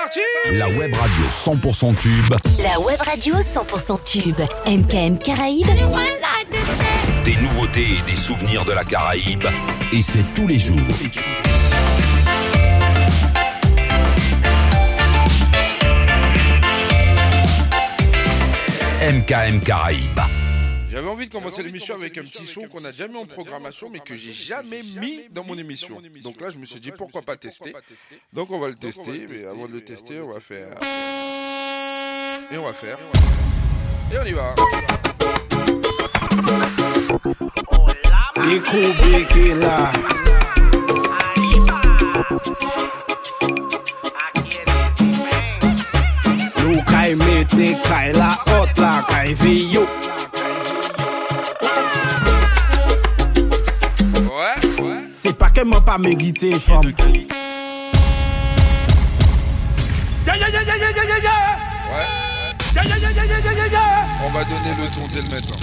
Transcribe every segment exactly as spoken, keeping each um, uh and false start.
parti. La web radio cent pour cent tube. La web radio cent pour cent tube. M K M Caraïbes. Des nouveautés et des souvenirs de la Caraïbe. Et c'est tous les jours. M K M Caraïbes. J'avais envie de commencer l'émission avec un petit son qu'on a déjà mis en programmation mais que j'ai jamais mis dans mon émission. Donc là je me suis dit pourquoi pas tester. Donc on va le tester, mais avant de le tester on va faire... Et on va faire... Et on y va. C'est Kobe qui est là. Nous kai mette kai la hot la kai viyo. C'est pas qu'elle m'a pas mérité, femme. Yeah, yeah, yeah, yeah, yeah, yeah, yeah. Ouais. Yeah, yeah, yeah, yeah, yeah, yeah, yeah. On va donner le ton dès le matin.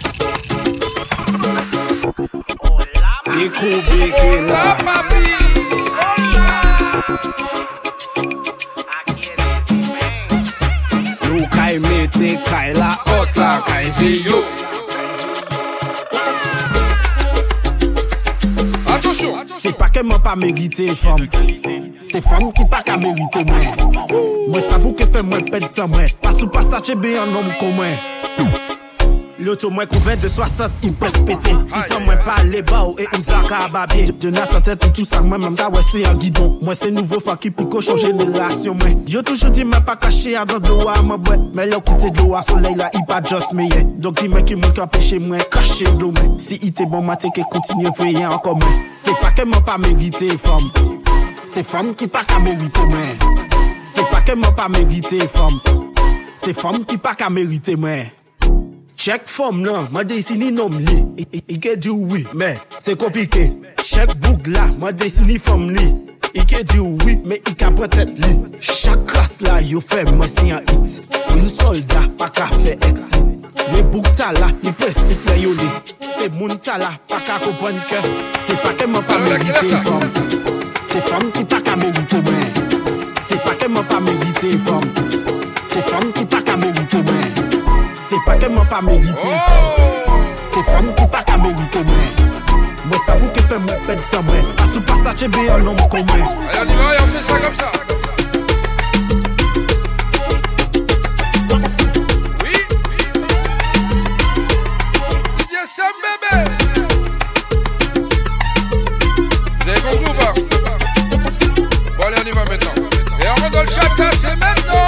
C'est Kobe qui est là. Oh papi. Nous kai mette kai la hot la kai viyo. C'est pas qu'elle m'a pas mérité, femme. C'est femme qui pas qu'à mériter, moi. Moi, ça vous que fait moi pète ça, moi. Pas sous passage, j'ai bien un homme comme moi. L'auto, moi, couvert de soixante, il peut se péter. Il faut moi pas les bas et on s'en cababier. De notre tête, tout ça, moi, même là, ouais, c'est un guidon. Moi, c'est nouveau, fa qui pico changer de relation, moi. Yo, toujours dit, mais pas caché à dans de l'eau, moi, ouais. Mais là, quitter de l'eau, soleil, là, il pas just me, yeah. Donc, dis-moi qui m'a empêché, moi, caché de l'eau, moi. Si il était bon, maté, qu'il continue, veiller encore, moi. C'est pas qu'elle m'a pas mérité, femme. C'est femme qui pas qu'à mériter, moi. C'est pas qu'elle m'a pas mérité, femme. C'est femme qui pas qu'à mériter, moi. Check femme là, m'a dessiné nom li. Il a dit oui, mais c'est compliqué. Check boug là, m'a dessiné femme li. Il a dit oui, mais il a pas tête li. Chaque race là, yo fait moi c'est un hit. Un soldat, pas qu'à faire ex. Les boug ta là, il peut s'y plaire li. C'est moun ta là, pas qu'à comprendre que c'est pas qu'elle m'a pas mérité femme. C'est femme qui pas qu'à mériter moi. C'est pas qu'elle m'a pas mérité femme. C'est femme qui pas qu'à mériter moi. C'est pas qu'elle m'a pas mérité, oh! C'est femme qui pas qu'à mériter, moi. Moi, ça vous que fait moi pète ça, moi. Pas sous passage, j'ai bien un homme comme moi. Allez, on y va et on fait ça comme ça. Oui, oui. D J Sam bébé. Vous avez compris ou pas? Bon, allez, on y va maintenant. Et on rentre dans le chat, ça, c'est maintenant.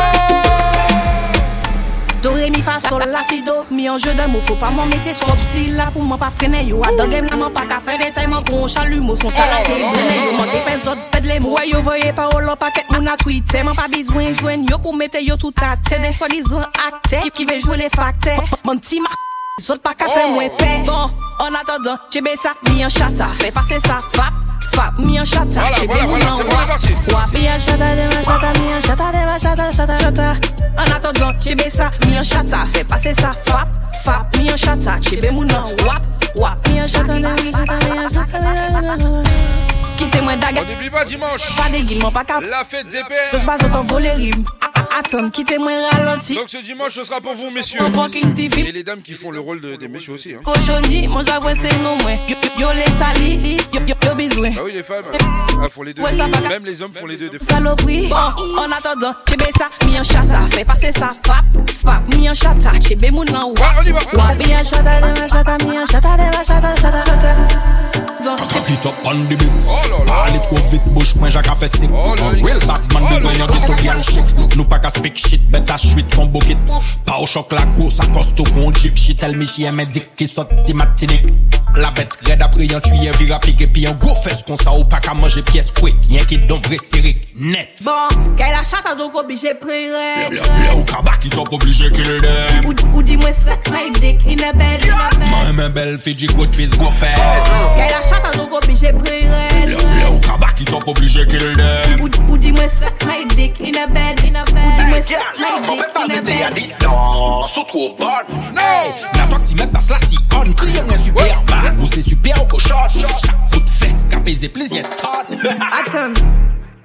Do, ré, mi, fa, sol, la, si, do. Mi en jeu de mots, faut pas m'en mettre trop si là pour moi pas freiner yo. Dans game là, m'en pas qu'à faire des tailles, m'en con chalumeau, son talaté. Yo, m'en défense d'autres pède les mots. Ouais, yo, voyez parole, paquet, mon a tweeté. M'en pas besoin de joindre yo pour mettre yo tout à tête. Des soi-disant acteurs qui veut jouer les facteurs. Mon petit ma, autres pas qu'à faire moins paix. Bon, en attendant, j'ai baissé ça, mi en chata. Fais passer ça, fap. Fap, mi en chata, j'ai voilà, voilà, mon c'est bon, on est parti. Wap, mi en chata, de ma chata, mi en chata, de ma chata, chata, chata. En attendant, j'ai baissé ça, mi en chata. Fais passer ça, fap. Fap, mi en chata, chebe mounan, wap, wap, mi en chata, mi en chata, mi en chata. Quittez-moi daga. On n'oublie pas dimanche. Pas d'éguilement, pas qu'à. La fête des pères. Deux bases autant voler rime. Attends, quittez-moi ralenti. Donc ce dimanche, ce sera pour vous, messieurs. Et les dames qui font le rôle de, des messieurs aussi. Hein. Cochonni, mon j'avoue, c'est non, moi. Yo les sali, yo yo bisouin. Ah oui, les femmes. Ah, font les deux. Même les hommes font les deux. Des fois. Saloperie. Bon, en attendant, chebe ça, mi en chata. Fais passer ça, fap, fap, mi en chata. Chebe mounan, wap. Ouais, on y va. Wap, mi en chata, de ma chata, mi en chata, de ma chata, chata, chata. Cock it up on the beat. Parle trop vite, bouche point Jacques a fait sick. Real Batman besoin yon get to girl shit. Nous pas qu'à speak shit, better shit ton bucket. Pas au choc la grosse, à costo qu'on jeep. She tell me she aime dick qui saute matinique. La bête raide après yon tuyé vire appliqué. Puis un gros fesse qu'on ça ou pas qu'à manger pièce quick. Y'en qui d'ombre serré, net. Bon, qu'elle a chata donc obligé prendre. Le le ou kaba qui t'op obligé kill them. Ou dis-moi sec my dick in a bed. Moi même belle Fiji go twist go fast. Qu'elle a chata donc obligé prendre. Le le ou kaba qui t'op obligé kill them. Ou dis-moi sec my dick in a bed. Ou dis-moi sec my dick in a bed. Distance, ou trop bonne. Non! La toi qui met passe là si on crie un Superman. Ou c'est super au cochon. Chaque coup de fesse qu'a pesé plaisir tonne. Attends.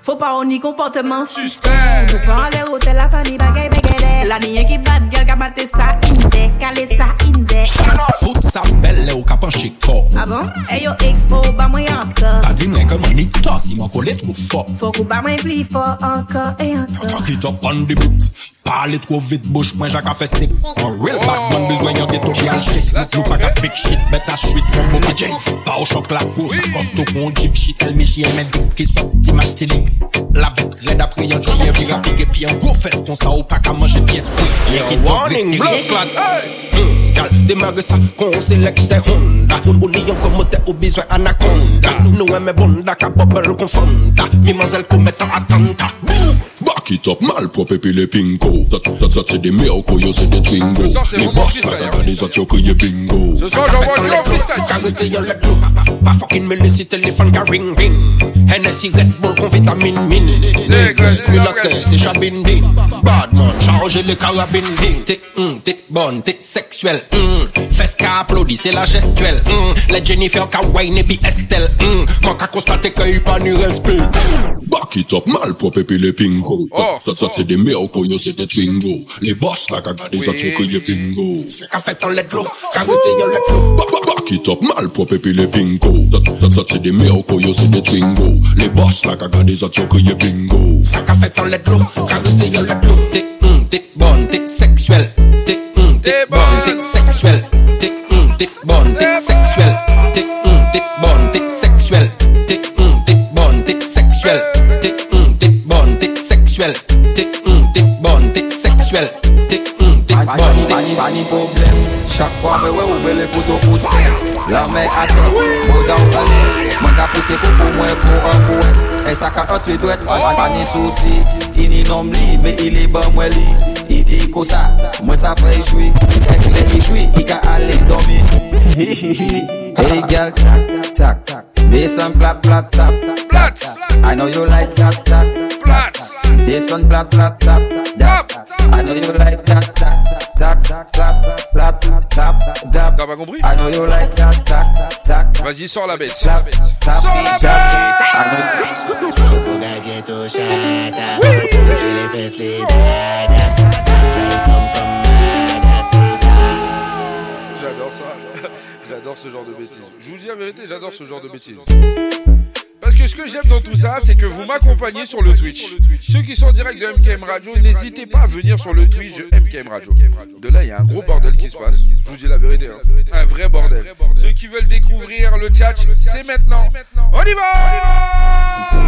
Faut pas on y comportement suspect. Nous pas en l'air hôtel la pani bagay bagay. La niye qui bad girl ka mate ça inde, calé ça inde. Fout sa belle ou ka penché corps. Ah bon? Hey yo ex faut ba moi encore. Pas dit moi comment ni toss, il m'a collé trop fort. Faut qu'on ba moi plus fort encore et encore. Cock it up on the beat. Parle trop vite bouche moi j'ai fait sick. Un real bad man besoin yon ghetto qui a shit. Nous pas qu'à speak shit, better shit from Boba J. Pas au choc la grosse, costaud con jeep shit. Elle me chie elle qui sorti matili. La bête raide après yon chien vira pique puis un gros fesse qu'on ça ou pas qu'à manger pièce. Warning blood clot. Hey. Gal démarre ça qu'on sélecte Honda. Ou ni yon commote ou besoin anaconda. Nous aime bonda ka bubble confonda. Mimazelle commettant attentat. Back it up, malpropre puis les pinko. Ça, ça, ça, c'est des miracles, yo, c'est des twingo. Les boss, là, t'as des autres, yo, crié bingo. Ce soir, j'envoie du freestyle. Carré, yo, let go. Pas fucking me laisser téléphone, car ring, ring. Hennessy, Red Bull, con vitamine, min. Les glaces, mulates, c'est chabindi. Badman, chargez les carabines, ding. T'es, hum, t'es bonne, t'es sexuelle, hum. Fesse qu'a applaudi, c'est la gestuelle, hum. Les Jennifer, qu'a wine, et puis Estelle, hum. Moi, qu'a constaté qu'il n'y a pas ni respect. Back it up, malpropre puis les pingo. Oh, ça, ça, c'est des miracles, yo, c'est des twingo. Les boss, là, qu'a gardé ça, tu crié bingo. C'est qu'a fait en let low, qu'a goûté yo let low. Back it up, malpropre puis les pingo. Ça, ça, ça, c'est des miracles, yo, c'est des twingo. Les boss, là, qu'a gardé ça, tu crié bingo. C'est qu'a fait en let low, qu'a goûté yo let low. T'es, hum, t'es bonne, t'es sexuelle. T'es, hum, t'es bonne, t'es sexuelle. T'es, hum, t'es bonne, t'es sexuelle. T'es, hum, t'es bonne, t'es sexuelle. T'es, hum, t'es bonne, t'es sexuelle. T'es, hum, t'es bonne, t'es sexuelle. T'es, hum, t'es bonne, t'es sexuelle. T'es, hum, t'es bonne, t'es sexuelle. Pas ni problème. Chaque fois, mais ouais, ouvre les photos pour la main à terre, mon dans sa l'air. Moi, t'as poussé pour moi, pour un poète. Et ça, quand tu dois être, pas ni souci. Il n'y nomme li, mais il est bon, moi, li. Il dit que ça, moi, ça fait jouer. Et qu'il jouit, il a aller dormir. Hey, girl, tac, tac, tac. Descend plat, plat, tap, plat. I know you like that, that, tap. Descend plat, plat, tap, that. I know you like that, that, tap, tap, plat, tap, tap. T'as pas compris? I know you like that, tap, tap. Vas-y, sors la bête. Tap, tap, Sors la bête. Coco gadget chata. J'ai les fesses les dada. Slide come from Mada, c'est là. J'adore ça. J'adore ce genre de bêtises. Je vous dis la vérité, j'adore ce genre de bêtises. Parce que ce que j'aime dans tout ça, c'est que vous m'accompagnez sur le Twitch. Ceux qui sont en direct de M K M Radio, n'hésitez pas à venir sur le Twitch de M K M Radio. De là, il y a un gros bordel qui se passe. Je vous dis la vérité, hein. Un vrai bordel. Ceux qui veulent découvrir le chat, c'est maintenant. On y va!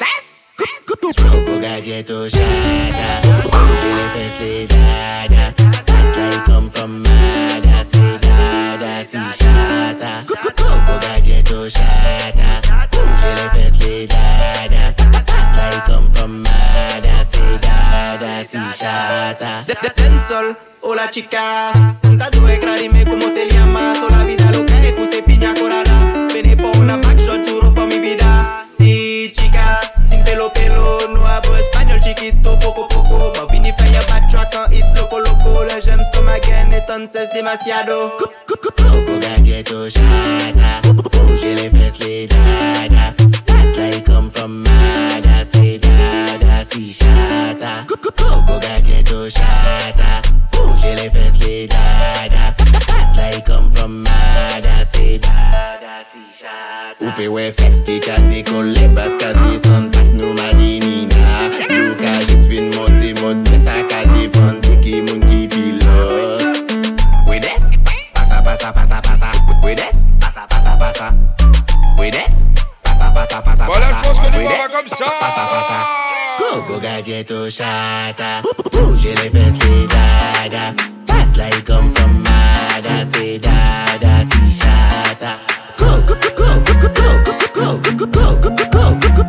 Coco gadget chata. J'ai les fesses les dada. Slide come from Mada, c'est dada, si chata. Coco gadget chata. J'ai les fesses les dada. Slide come from Mada, c'est dada, si chata. Dancehall, hola chica. Tanta due gradime como te llamas. Toda la vida lo que puse piña colada. Vene por una backshot, juro por mi vida. Si chica, sin pelo pelo. No hablo español chiquito, poco poco. Ma vini falla backtrack en hit loco loco. La gems comme again, entonces demasiado. Coco gadget chata. J'ai les fesses les dada. Slide come from Mada, c'est dada, si chata. Coco gadget chata. J'ai les fesses les dada. Slide come from Mada, c'est dada, si chata. Oupe ouais fesses qui qu'a décollé. Basket descend, passe nous madinina. Luka juste fin monter mode. Mais ça qu'a dépendre qui moun qui pilote. We des, passa passa passa passa. We des, passa passa passa. We des, passa passa passa. Voilà, je pense que nous on va comme ça. Passa passa. Coco gadget chata. J'ai les fesses les dada. Pass like come from Mada, c'est dada, si chata. Coco coco coco coco coco coco coco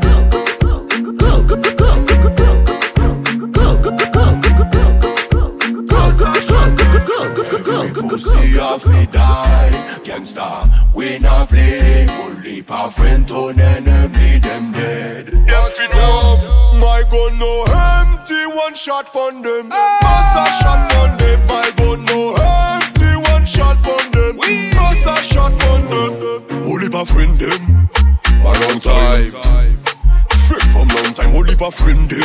Pussy off it die, gangsta, we not play. Only pa friend to enemy, them dead. My gun no empty, one shot pon them. Pass a shot pon them. My gun no empty, one shot pon them. Pass a shot pon them. Only pa friend them. A long time, friend from long time. Only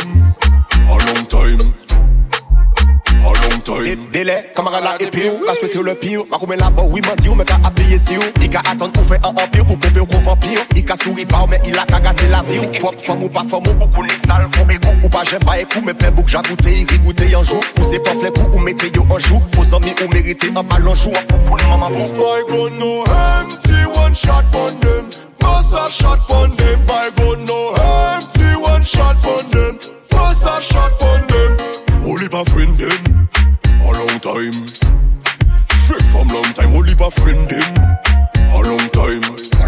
them. A long time. A long time. Délai, camarade là et puis ou, qu'a souhaité le pire. Ma commune là-bas, oui, m'a dit ou, mais qu'a habillé si ou. Il qu'a attendre pour faire un empire, pour pomper ou qu'on vampire. Il qu'a souri pas, mais il a qu'à gâter la vie. Ou propre femme ou pas femme ou, pour qu'on est sale, pour égo. Ou pas j'aime pas écoute, mais plein bouc, j'ai goûté, il goûté un jour. Ou c'est pas flé coup, ou mettez yo un jour. Aux amis ou méritez un ballon jour. Pour une maman. My gun no empty, one shot on them. Pass a shot on them. My gun no empty, one shot on them. Pass a shot on them. Only my friend them. A long time. Friend from long time. Only my friend them. A long time.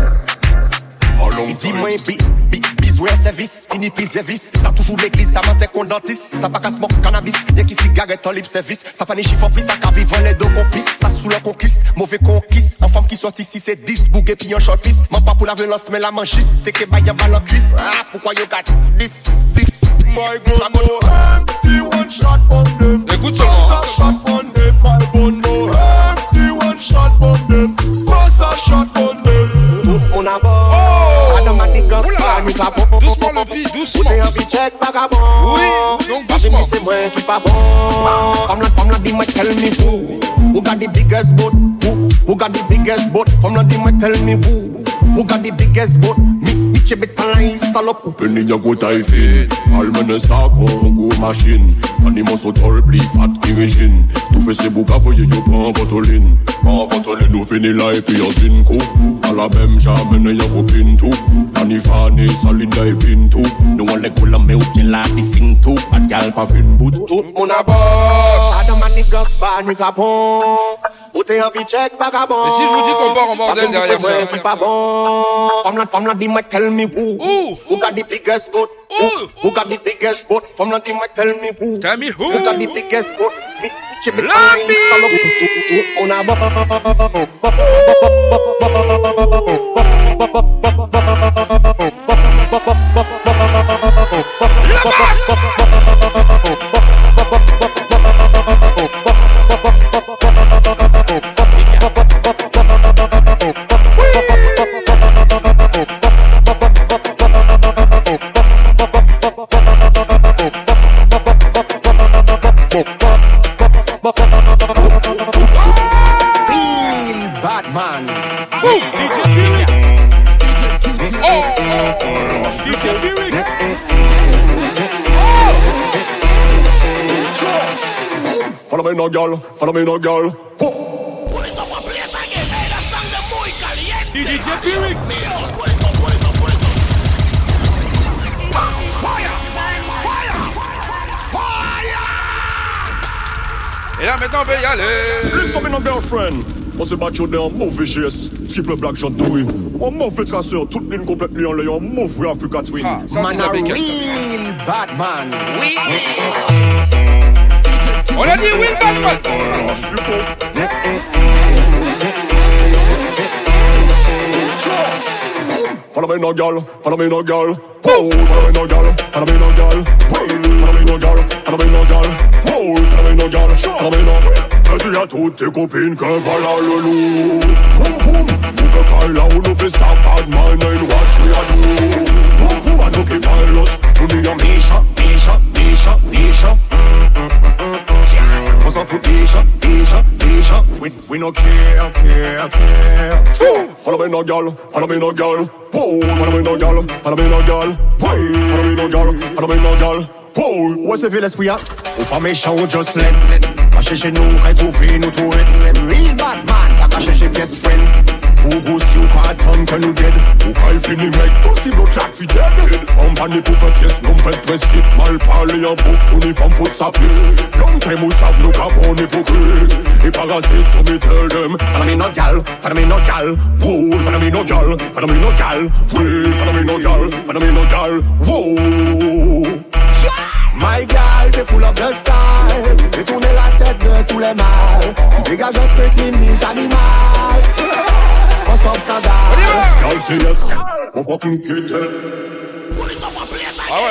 A long time. Dis-moi, bi, bi, bisoué service, ini pis service. Ça toujours l'église, ça mentait qu'on dentiste. Ça pas qu'à smoke cannabis, y'a qui cigarette en libre service. Ça pas ni chiffon pis, ça qu'à vivre les deux complices. Ça sous la conquiste, mauvais conquiste. En femme qui sort ici, c'est dix bouguet puis un short piece. M'en pas pour la violence, mais la mangiste. T'es que bah y'a pas la cuisse. Ah, pourquoi y'a got this, this. My gun no empty, one shot on them. Écoute seulement. Pass a shot on them. My gun no empty, one shot on them. Pass a shot on them. Tout on a bon. Adam a dit gosse, pas ni pas bon. Doucement le pis, doucement. T'es un check vagabond. Oui, donc doucement. C'est moi qui pas bon. Comme la femme la dit, moi tell me who. Who got the biggest boat? Who, who got the biggest boat? Femme la dit, moi tell me who. Who got the biggest boat? Me, me chebet la yi salope. Penny ya go tie fit. Almene sako, go machine. Animaux sont tol, pli fat, origine. Tout fait c'est bouca, voyez yo prend votoline. Prend votoline, nous finit là et puis en zinco. À la même jamais y'a copine tout. Anifani, Salinda et Pintou. Nous on les coule mais ou bien la piscine tout. Pas de gal, pas fin bout. Tout mon a boss. Adam a ni gosse, pas ni capon. Ou t'es un check vagabond. Mais si je vous dis qu'on part en bordel derrière ça. C'est pas bon. Femme la femme la dit moi tell me who. Who got the biggest boat? Who got the biggest boat? Femme la dit moi tell me who. Tell me who. Who got the biggest boat? Chip it on a boss. Follow me no girl, follow me no girl. D J Pyrex. Et là maintenant on peut y aller. Listen me no girlfriend. On se bat sur un mauvais geste. Skip le black John Dewey. On mauvais traceur, toute ligne complètement en l'air. Mauvais Africa Twin. Ah, ça Man c'est a la béquette. real bad man. Oui. On a dit Will Batman. Follow me no girl, follow me no girl. Whoa, follow me no girl, follow me no girl. Whoa, follow me no girl, follow me no girl. Whoa, follow me no girl, follow me no. Je dis à toutes tes copines que voilà le loup. Boum boum, nous fait Kyla ou nous fait Star Badman and watch me a do. Boum boum, à nous qui pilot, nous dit à Misha, Misha, Misha, Misha. On s'en fout, Misha, Misha, Misha. We, we no care, care, care. Follow me no girl, follow me no girl. Whoa, follow me no girl, follow me no girl. Wait, follow me no girl, follow me no girl. Whoa, Où est-ce que l'esprit a? Ou pas méchant ou just let. Pas chercher nous, quand il trouve nous tout it. Real bad man, pas chercher best friend. Ou goussi ou pas attendre que nous dead. ou quand il finit mec, possible au claque fidèle. Femme panique pour faire pièce, non pète précip. Mal parler en boucle, on y femme fout sa piste. Young time ou sable, nous capons hypocrite. Et parasite, so me tell them. Follow me no gal, follow me no gal. Whoa, follow me no gal, follow me no gal. Oui, follow me no gal, follow me no gal. Whoa. My gal, t'es full of the style. Fais tourner la tête de tous les mâles. Tu dégages un truc limite animal. On sort scandale. Y'all say yes, on fucking skate. Ah ouais.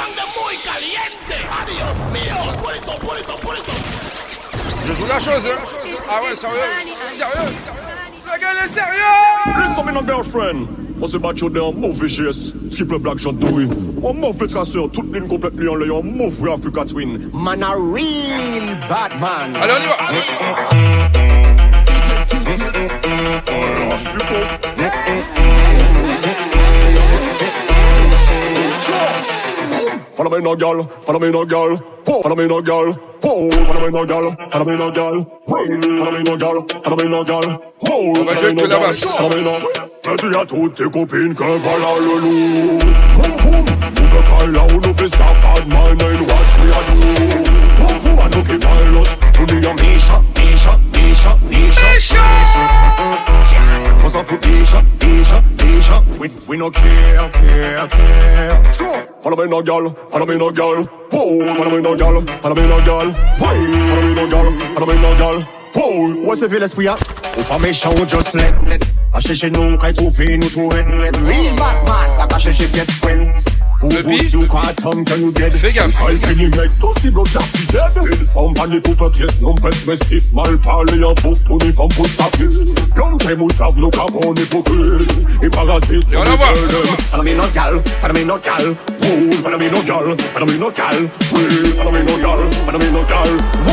Je joue la chose, hein. Ah ouais, sérieux. Sérieux. La gueule est sérieux. Listen me no girlfriend. On se bat chaud en mauvais G S. Skip le black John Dory. On mauvais traceur, toute ligne complète en l'air. Mauvais Africa Twin. Man a real bad man. Allez, on y va. Lâche du coup. Follow me no girl, follow me no girl, oh, follow me no girl, oh, follow me no girl, follow me no girl, follow me no girl, follow me no girl, oh, on va jouer que la basse. Je dis à toutes tes copines qu'un voilà le loup. Boum boum, nous fait caille là où nous fait stop bad man and watch me a do. Boum boum, à nous qui pilot, nous dit y'a Misha, Misha, Misha, Misha. On s'en fout Misha, Misha, Misha. We we no care, care, care. Sure. Follow me no girl, follow me no girl. Oh, follow me no girl, follow me no girl. Hey, follow me no girl, follow me no girl. Oh, où est-ce que l'esprit a? Ou pas méchant ou just let. A chercher nous, quand trouver nous trouver. Real bad man, la ka chercher best friend. Pour vous, you can't come, can you get? Fais gaffe. I feel you make aussi bloc ça fi dead. Une femme pas les pour faire pièce, non pète mais si mal parler en bouc pour les femmes pour sa pièce. Young time ou sable, nous capons hypocrite. Et parasite, on va voir. Follow me no gal, follow me no gal. Oh, follow me no gal, follow me no gal. Oui, follow me no gal, follow me no gal. Oh.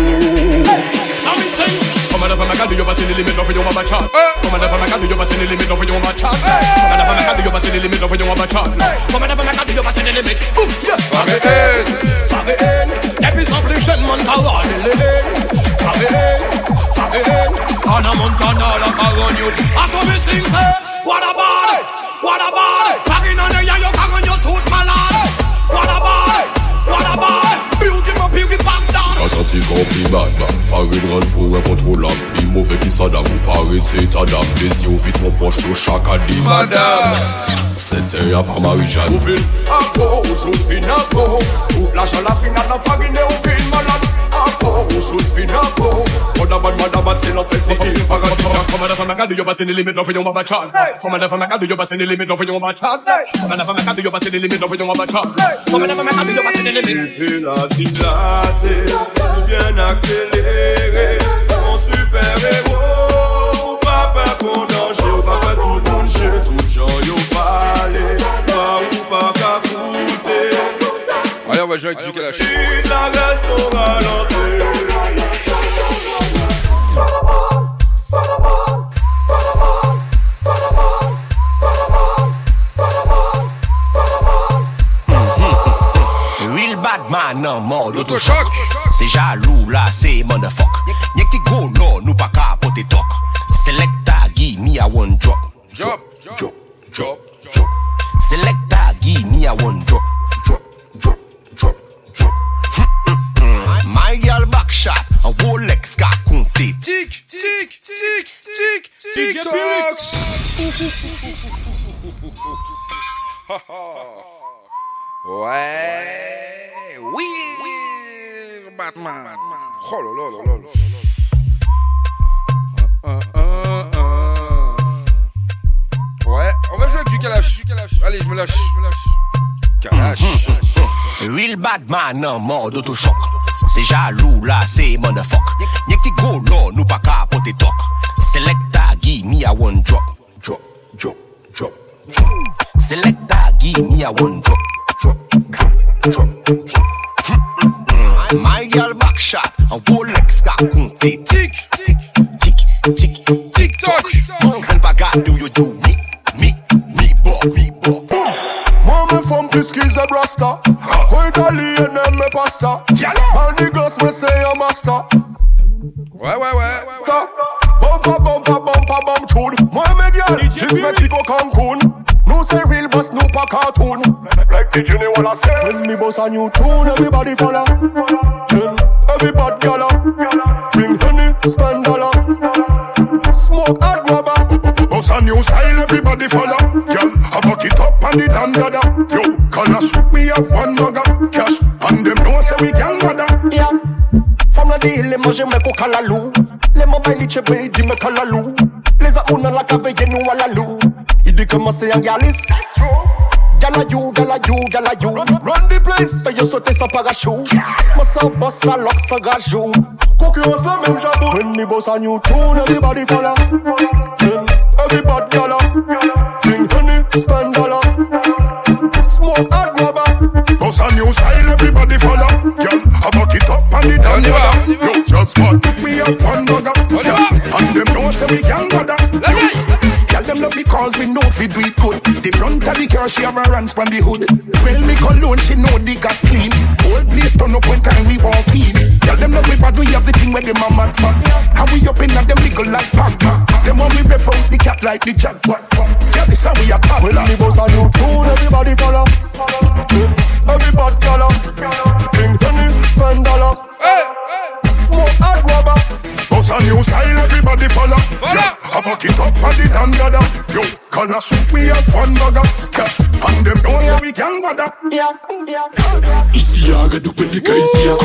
So me say. Come on, never make a do your body limit over your mama chat. Come on, never make a do your body limit over your mama chat. Come on, never make a do your body limit over your mama chat. Come on, never make a do your body limit. Boom, yeah. Farren, Farren, depuis simple jeune man caronne. Farren, Farren, on a mon canal à caronne. I saw me sing say, what about it? What about it? Farren on the young caronne tout malade. What about it? What about it? Beauty, my beauty back down. A senti compris bad man. Paris de rendre fou incontrôlable. Puis mauvais qui s'adapte. Ou Paris c'est adapte. Les yeux vite mon poche tout chaque année. Madame, c'était à part Marie-Jeanne. Ou ville, à quoi, ou chose fine à quoi. Ou l'argent la finale, la farine ou ville malade. À quoi, ou chose fine à quoi. Madame, madame, c'est l'enfer, c'est qui est paradis. Come on, never make a do your body limit over your mama chat. Come on, never make a do your body limit over your mama chat. Come on, never make a do your body limit over your mama chat. Come on, never make a do your body limit. Et la dilatée, bien accéléré, mon super héros. Ou pas peur qu'on danger, ou pas peur tout le monde, j'ai tout le gens, yo parler. Pas ou pas qu'à coûter. Allez, on va jouer avec du Kalash. Il la reste au ralenti. Real bad man en mode auto-choc. C'est jaloux là, c'est motherfuck. Y'a qui go là, nous pas capoter toc. Selecta, give me a one drop. Drop, drop, drop, drop. Selecta, give me a one drop. Drop, drop, drop, drop. My girl back shot, a Rolex got compté. Tic, tic, tic, tic, tic, tox. Ouais, oui, oui, Batman. Oh là là là là là. Un, un, un. Ouais, on va jouer avec du Kalash. Allez, je me lâche. Kalash. Real bad man en mode auto-choc. C'est jaloux là, c'est motherfuck. Y'a qui go là, nous pas capoter toc. Selecta, give me a one drop. Drop, drop, drop, drop. Selecta, give me a one drop. Drop, drop, drop, drop. My girl back shot, a Rolex got compté. Tic, tic, tic, tic, tic toc. Mon baga, do you do me, me, me, bo, me, bo. Moi me femme puisqu'ils est brasta. Au italien aime mes pasta. And the girls me say a master. Ouais, ouais, ouais. Bumpa, bumpa, bumpa, bum tune. Moi me girl, just Mexico, Cancun. No say real boss, no pa cartoon. Like the Jimmy wanna say. When me boss a new tune, everybody follow. Then everybody gala. Bring honey, spend dollar. Smoke and grabber. Boss a new style, everybody follow. Girl, I back it up and it and dada. Yo, Kalash, we have one mugger. Cash, and them know say we can gather. Yeah. From the deal, les manger me ko kalalou. Les mobiles li chebe, di me kalalou. Les amours dans la cave, y'a nous à la lou. Il dit comment c'est un galis. Gala you, gala you, gala you. Run, run the place, fais yo sauter sans parachute. Moi sans boss, sans lock, sans gajou. Concurrence la même jabou. When me boss a new tune, everybody follow. Then everybody gala. Bring spend dollar. Smoke and grabber. Cause a new style everybody follow. Girl, I back it up and it down the other. Yo, just what pick me up one nugger. And them know say we can go there. Girl, them love because we know we do it good. The front of the car, she have her hands from the hood. Smell me cologne, she know they got clean. Whole place turn up when time we walk in. Girl, them love we bad, we have the thing where them a mad for. How we up in at them wiggle like Pac-Man. Them when we ref out the cat like the jackpot. Girl, this how we a pop. Well, the boss a new tune, everybody follow. Everybody follow. King Henny, spend dollar. Smoke and grabber. Boss a new style, everybody follow. Follow. I back it up and it and gather. Yo, color shoot we have one nugger. Cash, and them don't say we can go there. Yeah, yeah. Ici y'a gars d'open des cas ici y'a.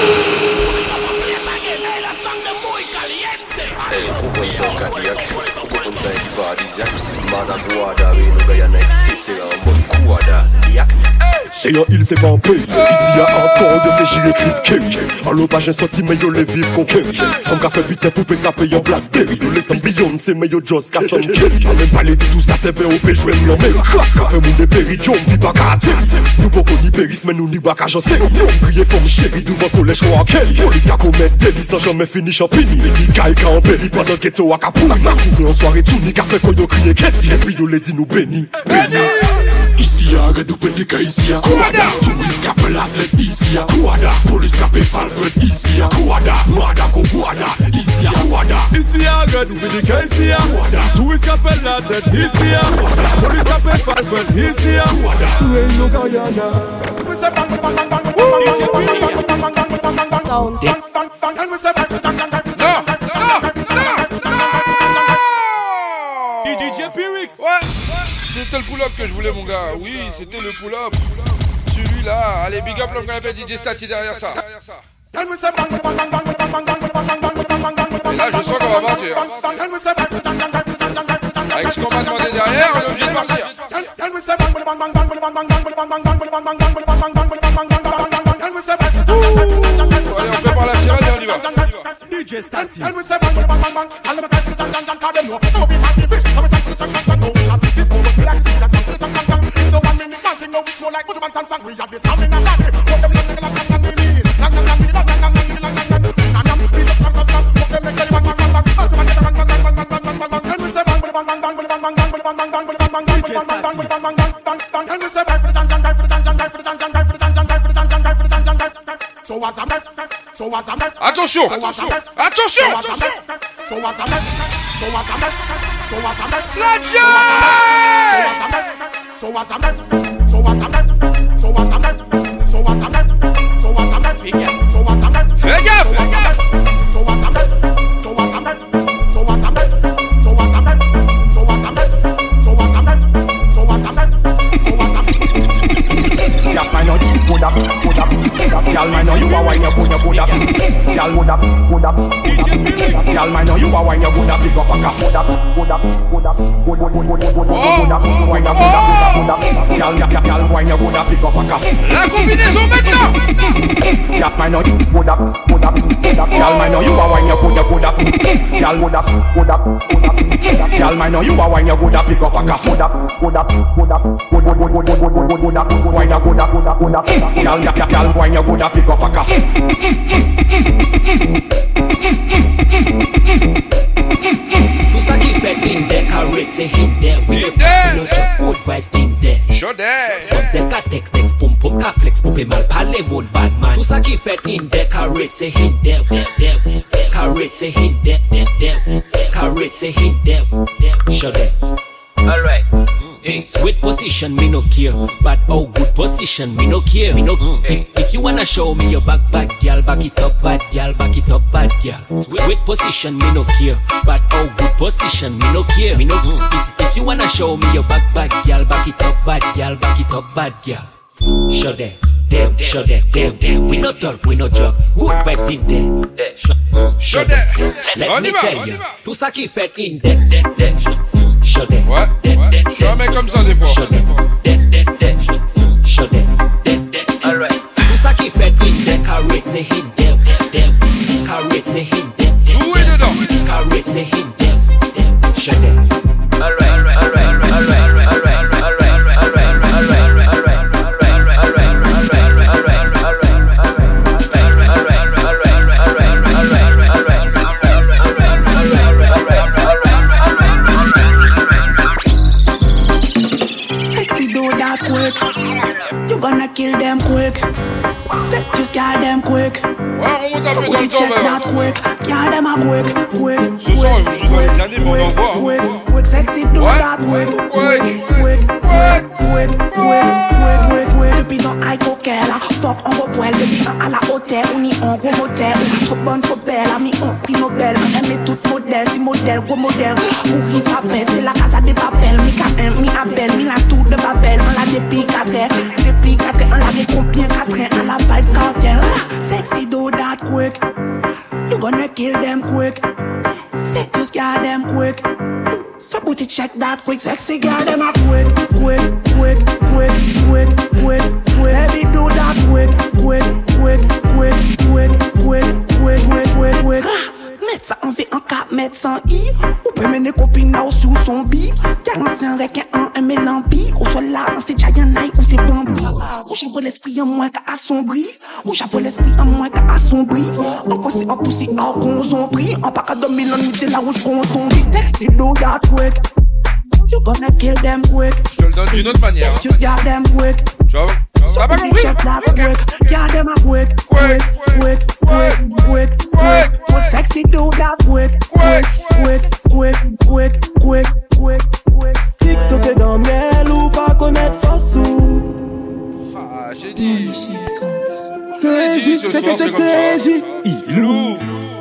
Hey, pourquoi ça au Cadillac? Pourquoi ça il va à Diziac? Madame Boada, oui, nous gars y'a next city là, en mode Kouada, Diac. C'est un île, c'est pas un pays. Ici y'a encore de ces gilets clip à l'opage, un senti meilleur les vivre qu'on kemme. Comme qu'a fait putain pour péter payer en Blackberry. Nous laissons Beyoncé, meilleur Joss, Casson Kelly. A même pas les dit tout ça, c'est B O P, jouer nous l'emmène. Qu'a fait moun de péri, John, pi pas karaté. Nous pas qu'on ni périph, mais nous ni bak à j'en sais. Nous crier forme chérie, devant collège qu'on a Kelly. Police qu'a commet délit sans jamais fini champigny. Ni caille qu'a embelli pendant ghetto à Capouille. N'a couru en soirée tout, ni qu'a fait quoi de crier Ketty. Et puis nous les dit nous béni. Ici y'a gars d'open des cas ici y'a. Kouada, police capé la tête ici y'a. Kouada, police capé falfred ici y'a. Kouada, Kouada, Kouada, ici y'a. Kouada, ici y'a gars d'open des cas ici y'a. Kouada, police capé la tête ici y'a. Police capé falfred ici y'a. Kouada, Reino Guyana. D J Pyrex. Ouais. C'était le pull-up que je voulais, mon gars. Oui, c'était le pull-up. Celui-là. Allez, big up l'homme qu'on appelle D J Stati derrière ça. Et là, je sens qu'on va partir. Avec ce qu'on m'a demandé derrière, on est obligé de partir. Ouh. Allez, on prépare la sirène et on y va. D J Stati. Attention, attention, attention, la fais gaffe. Y'all man know you a wine your good your good up. Y'all would up, would up. Y'all man know you a wine your good up. Big up a car. Would up, would up, would up, would would would would would would would up. Wine your good up, would up, would up. Y'all y'all y'all wine your good up. Big up a car. La combinaison maintenant. Y'all man know would up, would up, would up. Y'all man know you a wine your good your good up. Y'all would up, would up, would up. Y'all man know you a wine your good up. Big up a car. Would up, would up, would up. Would would would would would would would up. Wine your good up, would up, would up. Y'all y'all y'all wine your good up. Pick up a car. Tout ça qui fait in there, carré, c'est in there. We le no drop good vibes in there. Show there. Sponsor ka text, text, pum pum ka flex, poupé mal parler, mon bad man. Tout ça qui fait in there, carré, c'est in there, there, there. Carré, c'est in there, there, there. Carré, c'est in there, show there. Alright. Mm. Sweet position, me no care. But oh, good position, me no care. Me no. Mm. If, if you wanna show me your back, bad girl, back it up, bad girl, back it up, bad girl. Sweet, Sweet position, me no care. But oh, good position, me no care. Me no. Mm. If, if you wanna show me your back, bad girl, back it up, bad girl, back it up, bad girl. Show them, them, show them, them, them. We no talk, we no joke. Good vibes in there. Show, show them. Let me tell you, tout ça qui fait in there, there, there. Show them. Ouais, ouais. Je suis un mec comme ça des fois. Show them. Show them. Alright. Tout ça qui fait in there, carré, c'est in there, there. Carré, c'est in there. Où est dedans? Carré, c'est in there, there. Show them. Alright, alright, alright, alright, alright, alright, alright. Set just got them quick. Ouais, on monte un peu dans le temps, check that quick. Got them a quick, quick. Ce soir, je joue les années, mais on en voit. Quick, quick, sexy, do that quick. Quick, quick, quick, quick, quick, quick, quick, quick. Depuis dans high coquel, fuck on repoil. Depuis un à la hôtel, on y en gros motel. Trop bonne, trop belle, ami on prix Nobel. On aime tout modèle, si modèle, gros modèle. Pourri papel, c'est la casa des papels. Mi K un, mi appel, mi la tour de Babel. On l'a depuis quatre heures, depuis quatre heures, on l'a des combien quatre heures. On la vibes cartel. Sexy do that quick. You gonna kill them quick. Sick just got them quick. So booty check that quick. Sexy got them a quick, quick, quick, quick, quick, quick, quick. Heavy do that quick, quick, quick, quick, quick, quick, quick, quick, quick, quick. Mettre ça en V en quatre, mettre sans I. Ou peut mener copine ou sous son bi. quarante-cinq un requin, un, un mélambi. Ou soit là, c'est Giant Night ou c'est Bambi. Ou j'avoue l'esprit en moins qu'à assombri. Ou j'avoue l'esprit en moins qu'à assombri. En poussi, en poussi, en consombri. En pas qu'à dominer l'ennui, c'est la route consombri. Sexy do that quick. You gonna kill them quick. Je te le donne d'une autre manière. Just got them quick. Tu vois? T'as pas compris? Check that quick. Got them a quick, quick, quick, quick, quick, quick, quick. Sexy do that quick, quick, quick, quick, quick, quick, quick, quick. Tic so c'est dans miel ou pas connaître Fossou. Ah, j'ai dit. J'ai dit ce soir, c'est comme ça. Ilou.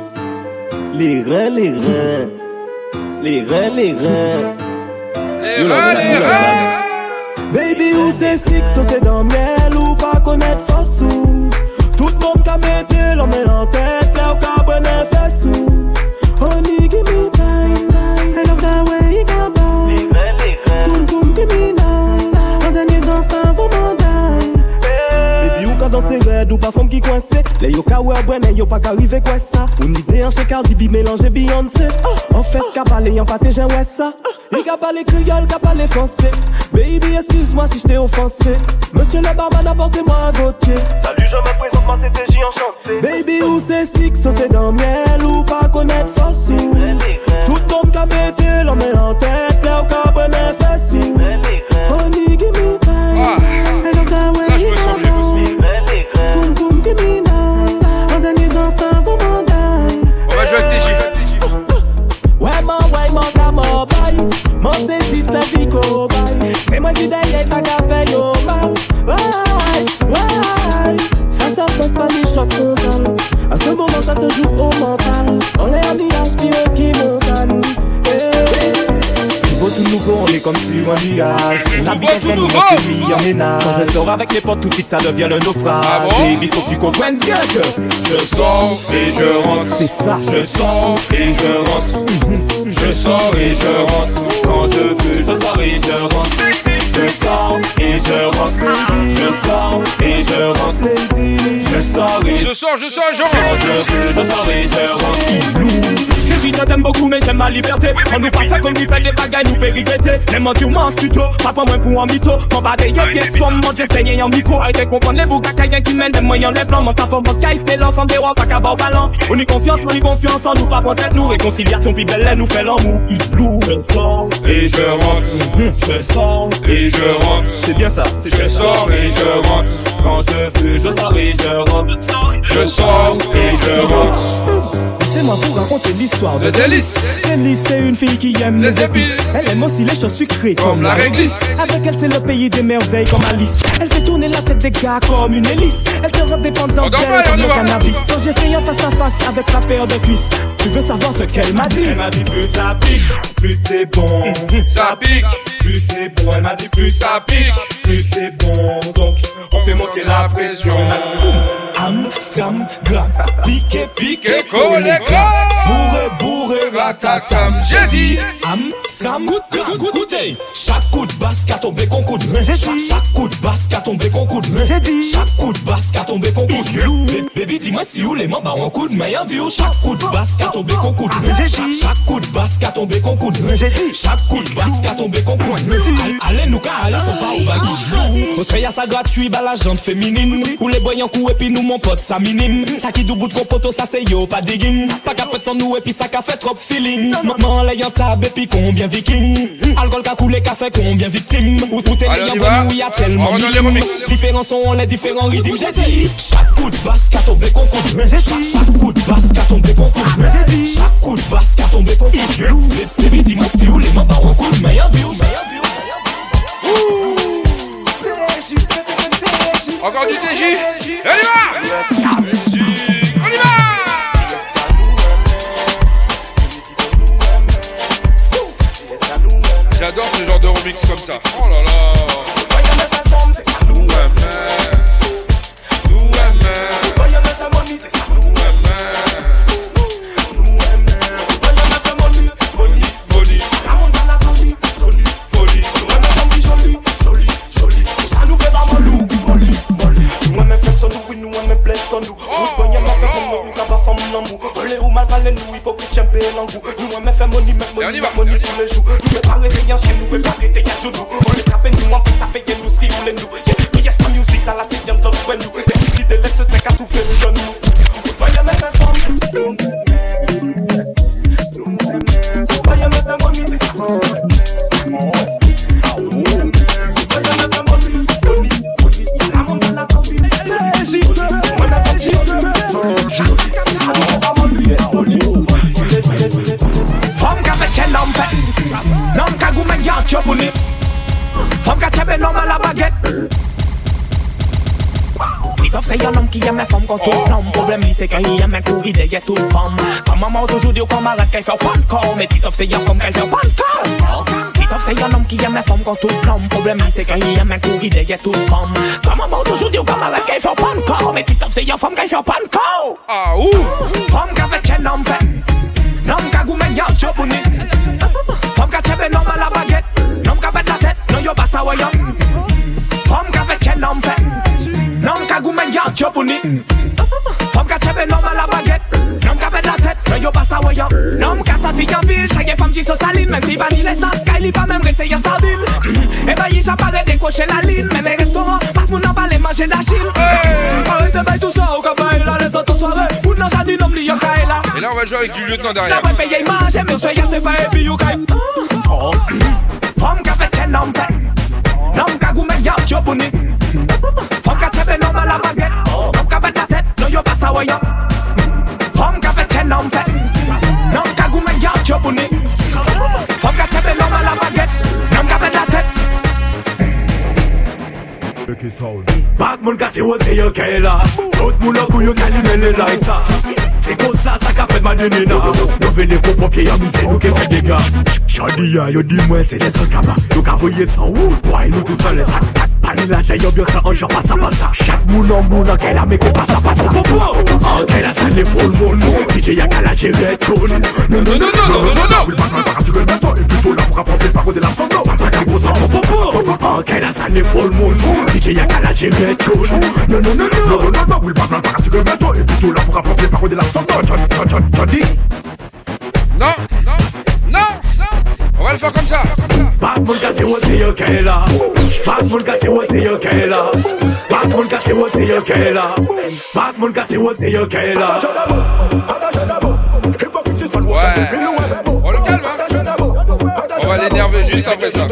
Les reins, les reins. Les reins, les reins. Les reins, les reins. Baby, où c'est six, so c'est dans miel ou pas connaître Fossou. Tout le monde qu'a metté l'homme en tête, là où qu'a bonne fessou. Honey, give me time, I love that way you come down. Les reins, les reins. Boum, boum, give me nine. En dernier dans ça, vous m'en dine. Baby, ou quand danser red ou pas femme qui coincé. Les yo ka ouais bonne, yo pas qu'arriver quoi ça. Une idée en chez Cardi B mélanger Beyoncé. En fait, qu'a parlé en pâté, j'ai ouais ça. Il qu'a parlé créole, qu'a parlé français. Baby, excuse-moi si je t'ai offensé. Monsieur le barman, apportez-moi un votier. Salut, je me présente, moi c'est T J enchanté. Baby, où c'est six, so c'est dans miel ou pas connaître Fossou. Tout le monde qu'a metté l'homme en tête, là où qu'a bonne fessou. Honey, give me time. I love that way. Là, je me sens mieux. Boum, boum, give me nine. En dernier dans ça, vous m'en dine. On va jouer avec T J. Ouais, mon, ouais, mon, gars, mon bail. Mon, c'est six, la vie qu'au bail. C'est moi qui d'ailleurs, ça qu'a fait yo mal. Ouais, ouais. Ça, ça passe pas les chocs total. À ce moment, ça se joue au mental. On est amis, aspire qui montagne. Nouveau tout nouveau, on est comme sur un nuage. La vie est nous on s'est mis en ménage. Quand je sors avec les potes, tout de suite ça devient le naufrage. Ah bon? Baby, faut que tu comprennes bien que je sors et je rentre. C'est ça. Je sors et je rentre. Je sors et je rentre. Quand je veux, je sors et je rentre. Je sors et je rentre. Je sors et je rentre. Je sors et je sors, je sors et je rentre. Quand je veux, je sors et je rentre. Je t'aime beaucoup mais j'aime ma liberté. On nous parle pas comme nous fait des bagailles, nous fait regretter. Les mentir en studio, pas pour moi pour un mytho. Mon bâté y'a pièce comme moi j'essaye en micro. Arrêtez comprendre les boucs à quelqu'un qui mène des moyens les plans. Mon sang forme caille, c'est l'ensemble des rois, pas qu'à bas au ballon. On y confiance, on y confiance en nous, pas pour tête nous. Réconciliation puis belle, nous fait l'amour. Je sors et je rentre. Je sors et je rentre. C'est bien ça. Je sors et je rentre. Quand je veux, je sors et je rentre. Je sors et je rentre. C'est moi pour raconter l'histoire de Délice. Délice, c'est une fille qui aime les épices. Elle aime aussi les choses sucrées comme, comme la réglisse. Avec elle, c'est le pays des merveilles comme Alice. Elle fait tourner la tête des gars comme une hélice. Elle te rend dépendante d'elle comme le cannabis. Quand j'ai fait un face à face avec sa paire de cuisses, tu veux savoir ce qu'elle m'a dit? Elle m'a dit plus ça pique, plus c'est bon. Ça pique, plus c'est bon. Elle m'a dit plus ça pique, plus c'est bon. Donc on fait monter la pression. Am, scam, gram, piqué, piqué, collé, bourré, bourré, ratatam. J'ai dit am, scam, gram, goûtez. Chaque coup de basse qu'a tombé con coup de main. Chaque, chaque coup de basse qu'a tombé con coup de main. Chaque coup de basse qu'a tombé con coup de main. Baby, dis-moi si où les membres ont un coup de main. Y'en dit où chaque coup de basse qu'a tombé con coup de main. Chaque, chaque coup de basse qu'a tombé con coup de main. Chaque coup de basse qu'a tombé con coup de main. Allez, nous, car allez, faut pas ou bagage. On se fait à ça gratuit, bah la jante féminine. Ou les boyants coups et puis nous, mon pote, ça minime. Ça qui double de gros poteau, ça c'est yo, pas digging. Pas qu'à peut sans nous et puis ça qu'a fait trop feeling. Maman l'ayant tab et puis combien viking. Alcool qu'a coulé qu'a fait combien victime. Ou tout est l'ayant bon où y a tellement de différents sons, les différents rythmes. J'ai dit chaque coup de basse qu'a tombé qu'on coup de main. Chaque coup de basse qu'a tombé qu'on coup de main. Chaque coup de basse qu'a tombé qu'on coup de main. Baby dis-moi si où les mains barrent un coup de main. Encore du T J. Et on y va. On y va. J'adore ce genre de remix comme ça. Oh là là. Nous aimer. Nous aimer. Tout femme, comme maman toujours dit qu'on m'arrête qu'elle fait pas de corps, mais Titoff c'est y'a comme qu'elle fait pas de corps. Titoff c'est un homme qui aime les femmes quand tout l'homme. Problème c'est qu'il aime un coup il est tout femme. Comme maman toujours dit qu'on m'arrête qu'elle fait pas de corps, mais Titoff c'est y'a femme qu'elle fait pas de corps. Ah ouh. Femme qui fait chen homme fait, nom qui goûte y'a chopuni. Femme qui chebe nom à la baguette, nom qui fait la tête, non yo pas ça voyant. Femme qui fait chen homme fait, nom qui goûte y'a chopuni. Femme qui chebe nom à la baguette. Nom qu'a fait la tête, non yo pas ça voyant. Nom qu'a sorti en ville, chaque femme qui se saline. Même si vanille l'essence, Kylie pas même rester y'a sa ville. Et bah y'y j'apparais décocher la ligne. Mais les restaurants, passe mon en parler manger la chine. Pareil c'est bail tout ça au cabaret là, les autres soirées. Ou non j'ai dit non m'li y'a là. Et là on va jouer avec du lieutenant derrière. La ouais paye image, mais soyez c'est pas et puis y'a Femme qu'a fait chen nom fait. Nom qu'a goûté y'a chopuni. Femme qu'a chebe nom à la baguette. Nom qu'a fait la tête, non yo pas ça voyant. Femme qui fait chen nom fait, nom qui goûte y'a chopuni. Femme qui chebe nom à la baguette, nom qui fait la tête. Bad moun ka si wose yo ke la. Tout moun an kou yo kalime le like sa. C'est comme ça, ça qu'a fait ma dénina. Nous venez pour pompier, y'a misé, nous qui fait des gars. Chadi ya, yo dis moi c'est les seuls cabas. Yo qu'a voyé sans ou, ouais, nous tout seuls les sacs. Parle la j'ai yo bien ça, un jour passe à passe. Chaque moun en moun en qu'elle a mais qu'on passe à passe. En qu'elle a ça les full moun. D J y'a qu'à la gérer tout. Non, non, non, non, non, non, non. Le batman par tu veux maintenant et plutôt là pour apporter le parcours de la sanglo. En qu'elle a ça les full moun. D J y'a qu'à la gérer tout. Non, non, non, non, non, non, non. Le batman par tu veux maintenant et plutôt là pour apporter le parcours de la sanglo. Non, non, non, non. On va le faire comme ça. Bad moun ka si wose yo ke la. Bad moun ka si wose yo ke la. Bad moun ka si wose yo ke la. Bad moun ka si wose yo ke la. Ouais. On le calme hein. On va l'énerver juste après ça.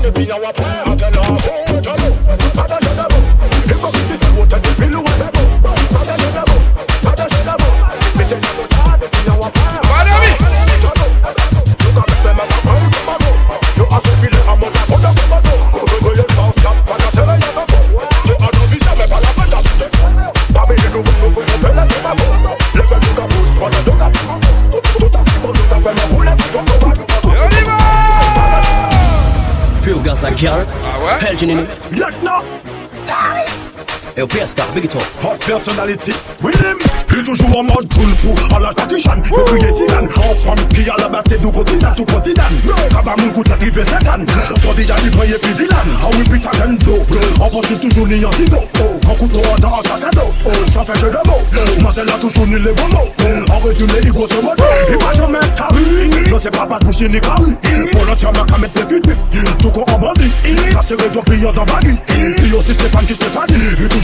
Ah ouais? Pelgin Lieutenant Et au P S K, big it up. Hot personality, William. Il toujours en mode cool fou, à la Takishan. Il criait Zidane, en femme qui à la base t'es nouveau qui tout pour Zidane. Kaba mon coup t'as trivé Satan. Aujourd'hui y'a du prix et puis Dylan. Ah oui, puis ça gagne d'eau. En poche toujours ni en ciseau. En couteau dans un sac à dos. Ça fait jeu de mots. Moi c'est là toujours ni les bons mots. En résumé, il grosse moto. Il va jamais carré. Non, c'est pas pas boucher ni carré. Pour l'autre, y'a qu'à mettre les vides. Tout con en bandit. Casser le job, il y a dans baggy. Il y a aussi Stéphane qui Stéphanie.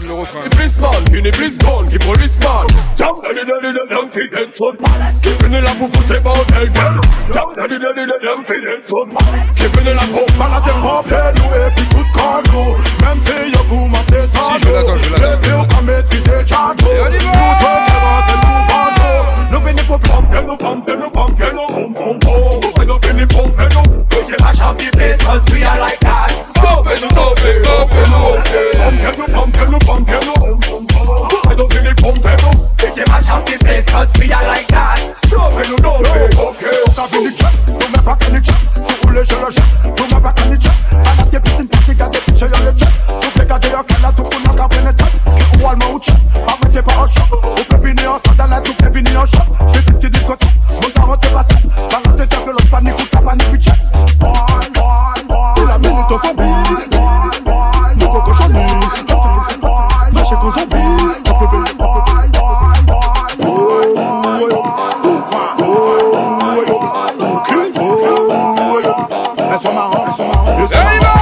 donne le refrain. Policeman, une église gone, qui policeman. Jam, daddy, daddy, daddy, daddy, feed it foot. Qui venait la bouffe, c'est bon, elle gueule. Jam, daddy, daddy, daddy, daddy, feed it foot. Qui venait la bouffe, malade, c'est rempli, nous, et puis tout corno. Même si y'a coup, ma tête, ça, je l'attends, je l'attends. Les pires, comme maîtriser, Jago. Et on y va! Nous, toi, t'es rentré, nous, bonjour. Nous, venez pour pomper, nous, pomper, nous, pomper, nous, pom, pom, pom. Nous, venez pomper, nous. We mash up the place, cause we are like that. Open, open, open, open. Pump, pump, pump, pump, pump. I don't feel it pump, pump. We mash up the place, cause we are like that. Open, open, okay. Au café du chat, nous mets pas qu'un chat. Sur le jeu, le chat, nous mets pas qu'un chat. À la pièce, une partie, garde des pitchers, y'a le chat. Souffle, garde y'a qu'un là, tout le monde a qu'un état. Qui ou allemand ou chat, pas mais c'est pas un chat. On peut finir en sang dans la tout peut finir en chat. Des petits discothèques, mon tarot t'es pas ça. Balancer ça que l'autre panique ou ta panique, puis chat. La minute au combi, nous cocochons, lâchez qu'on zombie, elles sont marrants, elles sont marrants, elles sont marrants.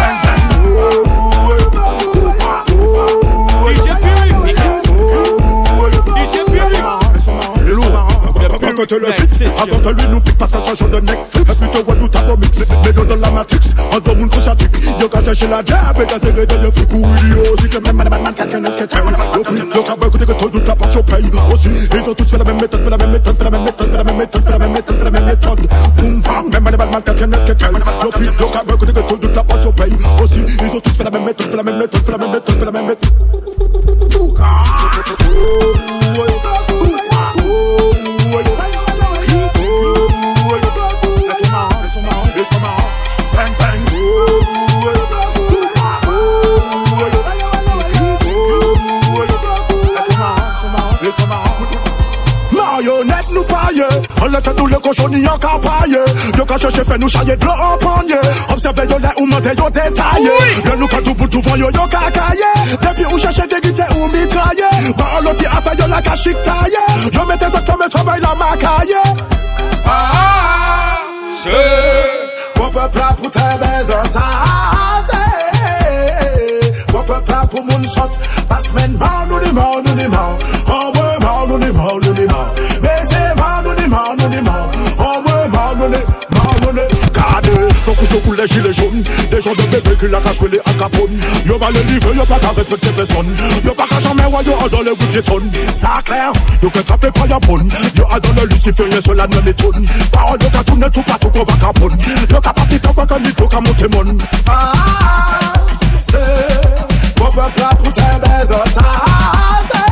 Quand te le fixe, avant que lui nous pique parce qu'un genre de Netflix. Plutôt what do t'as mix, mais dans la matrix, en deux monde conscientique. Yo quand chez la jab, et t'as serré de yeux flics ou idiot. Si que même madame man quelqu'un est-ce que t'es. Yo quand écouter que toute la passion paye aussi. Ils ont tous fait la même méthode, fait la même méthode, fait la même méthode, fait la même méthode, fait la même méthode, fait la même méthode. Boum bam, même madame man quelqu'un est-ce que t'es. Yo quand écouter que toute la passion paye aussi. Ils ont tous fait la même méthode, fait la même méthode, fait la même méthode, fait la même méthode. Marionnette nous paille, on le fait tout le cochon n'y a qu'à paille. Yo quand cherche fait nous chailler de l'eau en panier. Observez yo les ou mentez yo détaillé. Yo nous quand tout pour tout vent yo yo cacaillé. Depuis où cherche vérité ou mitrailler. Bah l'autre a fait yo la cachique taillé. Yo mettez ça comme un travail la macaille. Ah ah ah, c'est mon peuple là pour tes maisons tasses. Mon peuple là pour mon saute. Passe men mal nous dis mal nous dis mal. Oh ouais mal nous dis mal nous dis mal. Mais c'est mal nous dis mal nous dis mal. Oh ouais mal nous dis mal nous dis. Gardez, faut que je te coule les gilets jaunes. Des gens de bébé qui la cachent les acapone. Yo va les livrer, yo pas qu'à respecter personne. Yo pas qu'à jamais voir yo dans les routes piétonnes. Ça clair, yo qu'à taper firebone. Yo a dans le luciférien sur la non étonne. Parole yo qu'à tourner tout partout qu'on va capone. Yo capable de faire quoi qu'un micro qu'à monter mon. Ah, c'est mon peuple là pour tes maisons tasses.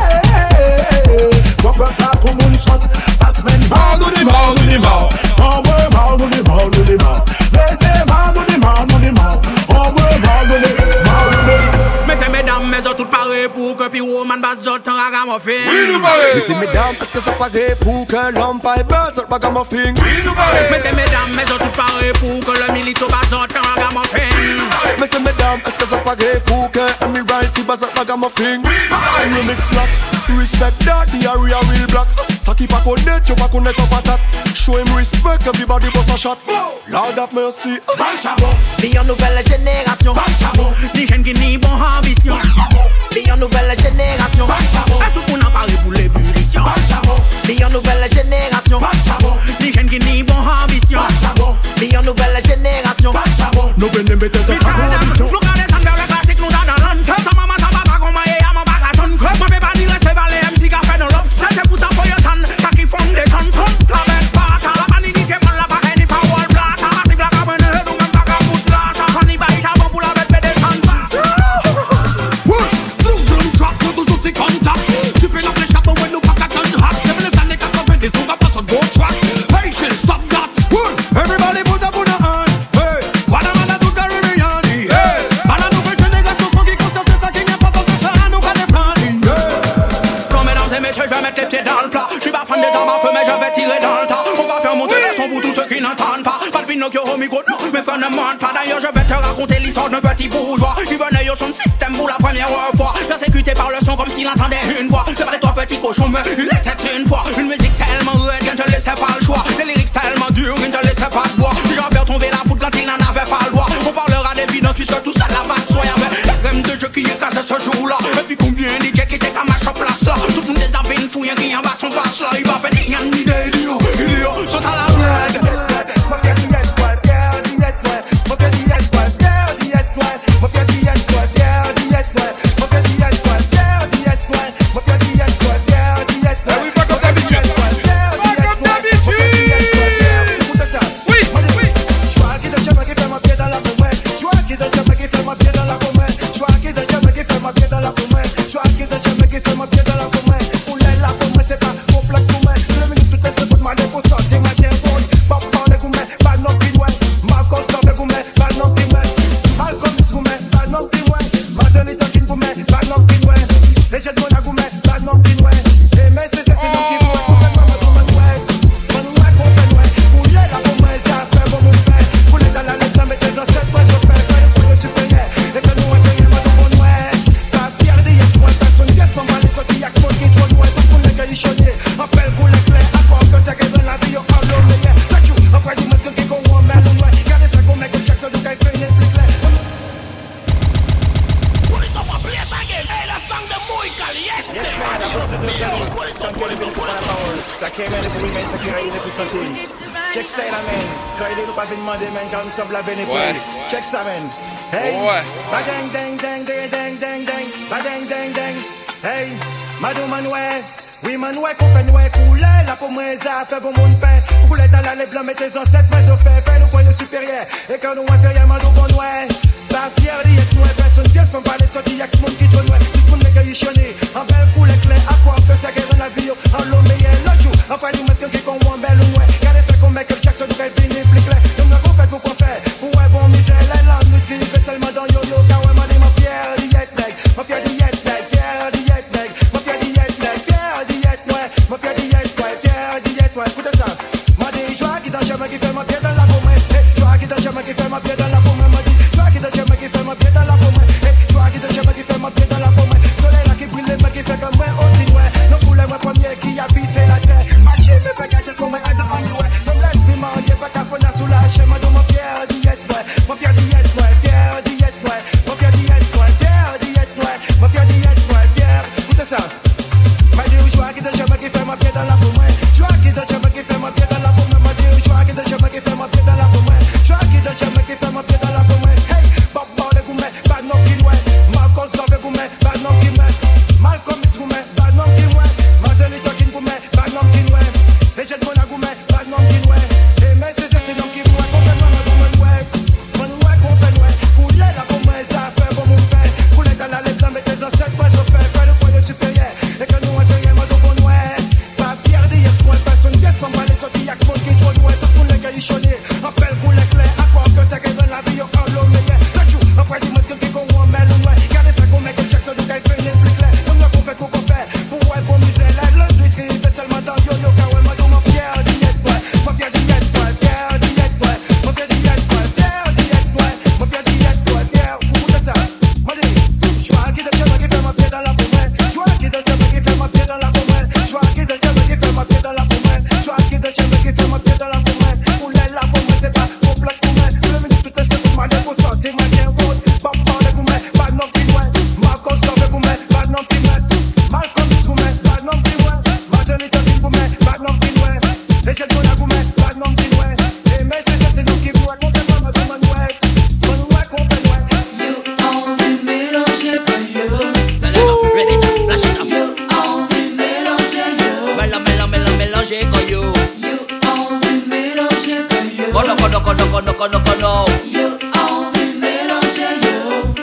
Mon peuple là pour mon saute. Passe men mal nous dis mal nous dis mal. Oh ouais mal nous dis mal nous dis mal. Mais c'est mal nous dis mal nous dis mal. Oh ouais mal nous dis mal nous dis. Mais c'est mesdames, mais ont tout paré pour que puis woman bazot en ragamuffin. Oui nous paré. Mais c'est mesdames, est-ce que ça paraît pour que l'homme paille bazot ragamuffin. Oui nous paré. Mais c'est mesdames, mais ont tout paré pour que le milito bazot en ragamuffin. Mais c'est mesdames, est-ce que ça paraît pour que Admiralty bazot ragamuffin. Remix slap, respect that the area real black. Ça qui pas connaître, tu pas connaître en patate. Show him respect, everybody boss a shot. Lord have mercy. Vie en nouvelle génération. Ni jeunes qui ni bon ambition. Vie en nouvelle génération. À tout le monde en parle pour l'ébullition. Vie en nouvelle génération. Ni jeunes qui ni bon ambition. Vie en nouvelle génération. Nous venons mettre ça en condition. Nous gardons ça vers le classique, nous dans l'un. Ça maman, ça va pas comme moi et à mon bagaton. Moi, je pas dire respect par les M C qui a fait dans l'op. C'est pour ça qu'il y a tant, ça qui font des chansons. La belle fata, la panique qui est mal, la pareille ni pas wall black. La tigre, la cabane, nous même pas qu'à bout de glace. On y va, il charbon pour la bête, mais des chansons. Ouais, zoom zoom drop, nous toujours si contact. Tu fais la flèche à peau, nous pas qu'à ton hack. Depuis les années quatre-vingt-dix, nous pas sur bon track. Hey, chill, stop that. Ouais, everybody put up on the hand. Hey, what am I tout caribéen? Hey, à la nouvelle génération, son qui conscience, c'est ça qui n'est pas dans ce ça, nous qu'à défendre. Non, mesdames et messieurs, je vais mettre les pieds dans le plat. Je suis pas fan des armes à feu, mais je vais tirer dans le tas. On va faire monter le son pour tous ceux qui n'entendent pas. Pas de Pinocchio au micro, non, mes fans ne mentent pas. D'ailleurs, je vais te raconter l'histoire d'un petit bourgeois qui venait au son système pour la première fois. Persécuté par le son comme s'il entendait une voix. C'est pas des trois petits cochons, mais il était une fois. Une musique tellement rude qu'il ne te laissait pas le choix. Des lyrics tellement durs qu'il ne te laissait pas de bois. J'en faire tomber la foudre quand il n'en avait pas le droit. On parlera d'évidence puisque tout ça là va de soi. Y'avait la M de jeu qui est cassé ce jour-là. Et puis rien qui en bas son passe là, il va faire des rien ni des idiots, idiots, sont à la red. Ma pierre diète, moi, pierre diète, moi, ma pierre diète, moi, pierre diète, moi, ma pierre diète, moi, pierre diète, moi, ma pierre diète, moi, pierre diète, moi, ma pierre diète, moi, pierre diète, moi. Oui, pas comme d'habitude. Pas comme d'habitude. Écoute ça. Oui, oui. Je vois qui de jamais qui fait ma pied dans la pomme. Je vois qui de jamais qui fait ma pied dans la pomme. Je vois qui de jamais qui fait ma pied dans la pomme. Je vois qui de jamais qui fait ma pied dans la pomme. Pour les la pomme, c'est pas complexe pour moi. Deux minutes toutes les secondes, ma pour sortir ma bien bonne. Pas parler gourmet, pas non plus loin. Ma cause café gourmet, pas non plus loin. Alcoolique gourmet, pas non plus loin. Martini talking gourmet, pas non plus loin. Les jets de mon gourmet, pas non plus loin. Et mais c'est c'est non qui loin. Complètement ma gourmet, ouais. Mon ouais complètement ouais. Pour les la pomme, ça fait bon mon père. Pour les dans la lettre, mais tes ancêtres, moi je fais. Pour les supérieurs, et que nous on fait rien, ma gourmet, ouais. Ta pierre d'hier, moi personne pièce, pas mal, sorti y'a que moi qui trop loin. Tout pour les gars, ils chaudiers. Appelle pour les clés, à part que ça qu'est dans la vie, on parle au meilleur. Là-dessus, après du masque qui qu'on voit, mais le noir. Gardez fait qu'on met que Jackson, du gars, il fait rien plus clair. Yes, man, a voce de salut. Stanche le vento pour la parole. Ça qui est le bruit, mais ça qui est le plus senti. Check ça, man. Quand il est nous pas demander, man, quand nous sommes la veine Ouais. check ça, man. Hey. Ouais. Ba ding, ding, ding, ding, ding, ding, ding. Ba ding, ding, ding. Hey. Madou Manoué. Oui, Manoué, qu'on fait noué, couler. La pomme, ça fait bon monde pain. Couler dans la les blancs, mais tes ancêtres, mais je fais, fais nous croyons supérieurs. Et quand nous inférieurs, Madou Manoué. La pierre d'hier, nous, personne pièce, même pas les sorties, y'a que monde qui trop loin. Tout le monde les gars, ils chonnés. En belle coule, éclair, à quoi que ça guère dans la vie, en l'homme meilleur, l'autre jour. Enfin, nous, masques qui qu'on voit en belle ou noire. Gardez fait qu'on Michael Jackson, nous, rêve, vini, plus clair. Nous, nous avons fait pour qu'on fait. Pour un bon misère, la langue, nous, grippe, seulement dans yo-yo, car ouais, m'a dit, ma pierre d'hier, nèg. Ma pierre d'hier, nèg, pierre d'hier, nèg. Ma pierre d'hier, nèg, pierre d'hier, ouais. Ma pierre d'hier, ouais, pierre d'hier, ouais. Écoutez ça. M'a dit, je vois qui dans jamais qui fait ma pierre dans la pomme. Je vois qui dans jamais qui fait ma pierre dans la pomme. M'a dit, je vois qui dans jamais qui fait ma pierre dans la pomme. Je vois qui dans jamais qui fait ma pierre dans la pomme. Soleil là qui brille, mais qui fait comme moi aussi, ouais. Non, pour les moi premier qui habite la terre. Marcher, mais fait gâter comme un de en ouais. Comme l'esprit marié, pas qu'à fond sous la chaîne. Ma pierre d'hier, ouais. Ma pierre d'hier, ouais. Pierre d'hier, ouais. Ma pierre d'hier, ouais. Pierre d'hier, ouais. Ma pierre d'hier, ouais. Pierre. Écoutez ça. M'a dit, je vois qui dans jamais qui fait ma pierre dans la pomme. Je vois qui dans jamais qui fait ma pierre dans la pomme. M'a dit, je vois qui dans jamais qui fait ma pierre dans la pomme. Je vois qui dans jamais qui fait ma pierre dans la pomme. Hey, Bob Marley gourmet, bad non qui loin. Marcos Garvey gourmet, bad non qui loin. Malcolm X gourmet, bad non qui loin. Martin Luther King gourmet, bad non qui loin. Legend Mona gourmet, bad non qui loin. Et mais c'est c'est non qui loin. Complètement ma gourmet ouais. Mon ouais complètement ouais. Couler la pomme ça fait bon mon père. Couler dans la lettre mais tes ancêtres moi je fais faire le foyer supérieur. Et que nous intérieur moi bon ouais. Pas pierre d'hier point personne pièce pas mal sorti y'a que monde qui trop loin. Tout le monde les gars ils chonnés. Appelle pour les clés à quoi que ça gagne dans la vie en l'homme meilleur. Après du masque qui qu'on voit mais le noir. Gardez fait qu'on met que Jackson du gars il fait plus clair. Comme nous qu'on fait pour qu'on fait. Pour ouais pour misère la l'homme du tri fait seulement dans yo yo car ouais ma ma pierre d'hier ouais. Ma pierre d'hier ouais. Pierre d'hier ouais. Ma pierre d'hier ouais. Pierre d'hier ouais. Ma pierre d'hier ouais. Pierre où ça. M'a dit. Je vois qui de jamais qui fait ma pierre dans la pomme. Je vois qui de jamais qui fait ma pierre dans la pomme. Je vois qui de jamais qui fait ma pierre dans la pomme. Je vois qui de jamais qui fait ma pierre dans la pomme. Pour les la pomme c'est pas complexe pour moi. Deux minutes toutes les secondes ma pour sortir ma bien bonne. Pas parler gourmet, pas non plus loin. Marcos Garvey gourmet, pas non plus loin. Malcolm X gourmet, pas non plus loin. Martin Luther King gourmet, pas non plus loin. Legend Mona gourmet, pas non plus loin. Et mais c'est ça c'est nous qui voit complètement ma gourmet ouais. Mon ouais complètement ouais. You envie mélanger quand yo. Ready to flash it up. You envie mélanger yo. Méla méla méla mélanger quand yo. You envie mélanger quand yo. Kono kono kono kono kono kono. You envie mélanger yo.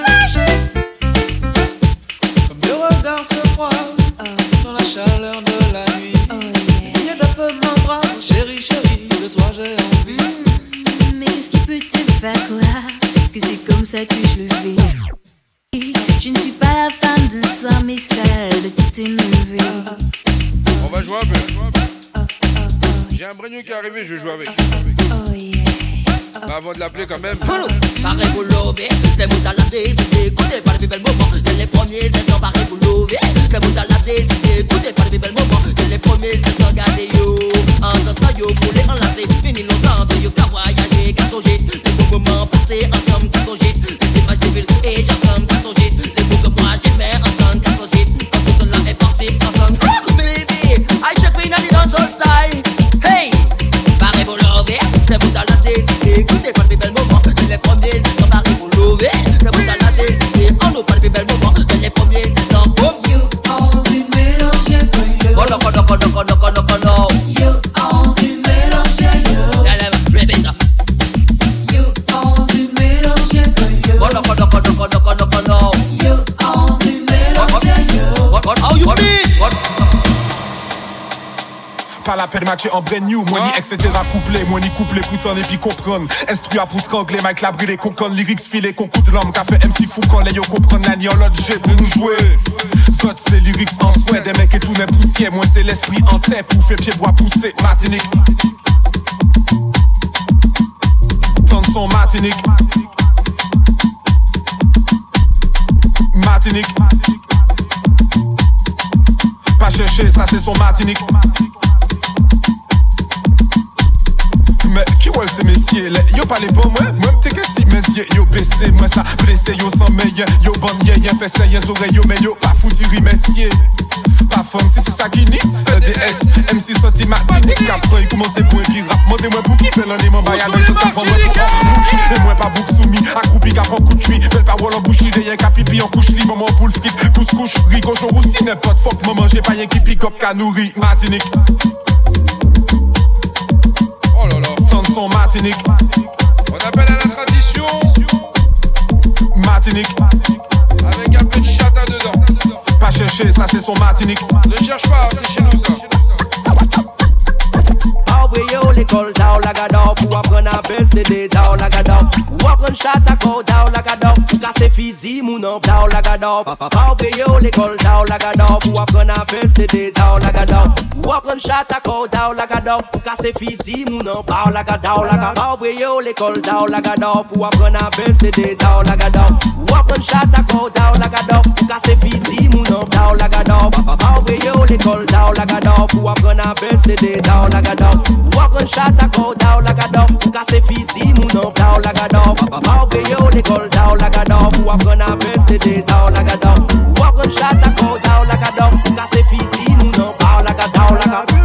Comme deux regards se croisent dans la chaleur de la nuit. Il y a de la feu m'embrasse, chérie, chérie, de toi j'ai envie. Mmh, mais qu'est-ce qui peut te faire croire que c'est comme ça que je le fais? Je ne suis pas la femme d'un soir, mais celle de toute une vie. On va jouer un peu. J'ai un brignon qui est arrivé, je vais jouer avec. Oh yes. Bah avant de l'appeler quand même. Pareil vous lever, c'est mon talent décidé. Écoutez par les plus belles moments, dès les premiers instants, pareil vous lever. C'est mon talent décidé. Écoutez par les plus belles moments, dès les premiers instants, gardez yo. En dansant yo, pour les enlacer. Fini longtemps, de yo, qu'à voyager, qu'à songer. Les beaux moments passés ensemble, qu'à songer. Les images de ville et j'ensemble, qu'à songer. Les mots que moi j'aimais ensemble, qu'à songer. Quand tout cela est parti ensemble, baby. pas la peine matcher en brand new. Moi ni et cetera couplé, moi ni couplé pourtant et puis comprendre. Instru à pouce anglais, Mike la brûlé, qu'on conne lyrics filé, qu'on coûte l'homme, qu'a fait M C fou quand les yo comprennent la ni en l'autre G pour nous jouer. Zot c'est lyrics en souhait, des mecs et tout n'est poussière. Moi c'est l'esprit en tête, pour faire pied bois pousser. Martinique. Tant son Martinique. Martinique. Pas chercher, ça c'est son Martinique. Mais qui ouais c'est messieurs, yo pas les bons moi, moi m'te que si messieurs, yo baissé, moi ça blessé, yo sans meilleur, yo bon yé, yé fait ça, yé oreilles, yo mais yo pas foutu messieurs. Pas femme si c'est ça qui nie, E D S, M C sorti Martinique, après il commence pour écrire rap, mandez-moi pour qui fait l'année mon bail, je t'apprends moi pour qui, et moi pas bouc soumis, accroupi qu'à prend coup de chuit, belle parole en bouche, derrière qu'à pipi en couche, li, maman poule frite, couscouche, ricochon aussi, n'importe fuck, maman j'ai pas yé qui pick up qu'à nourrir, Martinique. Oh là là. Son Martinique. On appelle à la tradition Martinique. Avec un peu de chata dedans. Pas chercher, ça c'est son Martinique. Ne cherche pas, c'est chez nous ça. Yo l'école down la gadon pour apprendre à baisser des down la gadon pour apprendre chat à corps down la gadon pour casser physique mon nom down la gadon yo l'école down la gadon pour apprendre à baisser des down la gadon pour apprendre chat à corps down la gadon pour casser physique mon nom down la gadon la gadon yo l'école down la gadon pour apprendre à baisser des down la gadon pour apprendre chat à corps down la gadon pour casser physique mon nom down la gadon yo l'école down la gadon pour apprendre à baisser des down la gadon walk on shot a go down like a dog. Cause physi moun up down like a dog. Malve yo l'école down like a dog. Walk on a baisse des down like a dog. Walk on shot a go down like a dog. Cause physi moun up down like a down like a dog.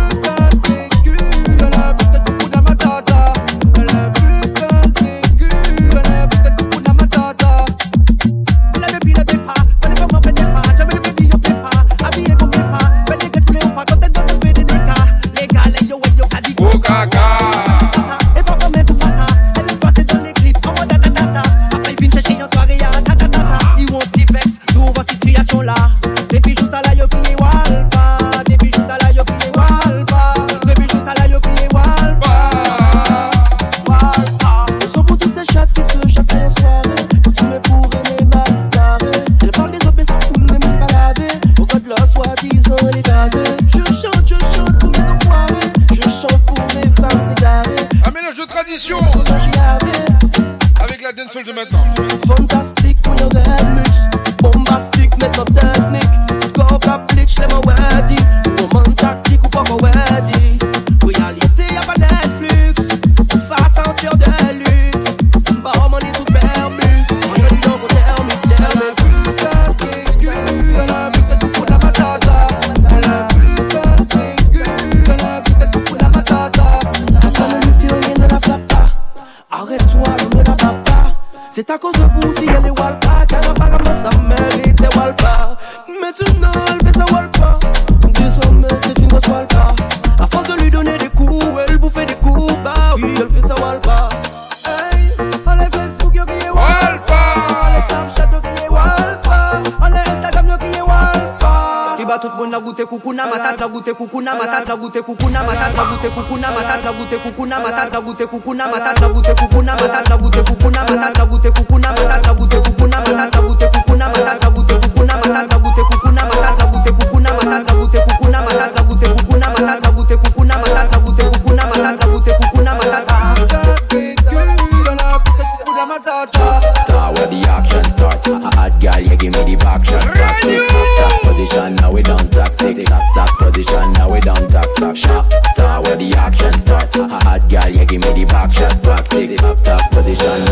Avec la dancehall de maintenant. Fantastique, we know the mix. Bombastic, mais sans technique. Cobra bleach, les mots ready. Roman tactique ou pas ready. Réalité, y'a pas Netflix. Face en tir de luxe. Bah, money tout permis. On y'a du temps pour terminer. Putain de figure, la putain de coup de matata. La putain de figure, la putain de coup de matata. Ça ne lui fait rien de la flapa. Arrête-toi, l'homme de la papa. C'est à cause de vous si elle est walpa. Car apparemment ça mérite walpa. Maintenant elle fait sa walpa. Désormais c'est une grosse walpa. À force de lui donner des coups, elle vous fait des coups. Bah oui, elle fait sa walpa. Hey, on les Facebook yo qui est walpa. On les Snapchat yo qui est walpa. On les Instagram yo qui est walpa. Iba tout le monde a goûté koukouna matata, goûté koukouna matata, goûté koukouna matata, goûté koukouna matata, goûté koukouna matata, goûté koukouna matata, goûté koukouna matata, goûté koukouna matata, goûté koukouna matata, goûté koukouna matata, goûté koukouna matata, goûté koukouna matata, goûté koukouna matata, goûté koukouna matata, goûté koukouna matata, goûté koukouna matata, goûté koukouna matata, goûté koukouna matata, goûté koukouna matata. Where the action start, a hot girl, you give me the back shot. Back tick, top position, now we down tactic. Top top position, now we down tap tap. Shot, where the action start, a hot girl, you give me the back shot. Back tick, top top position.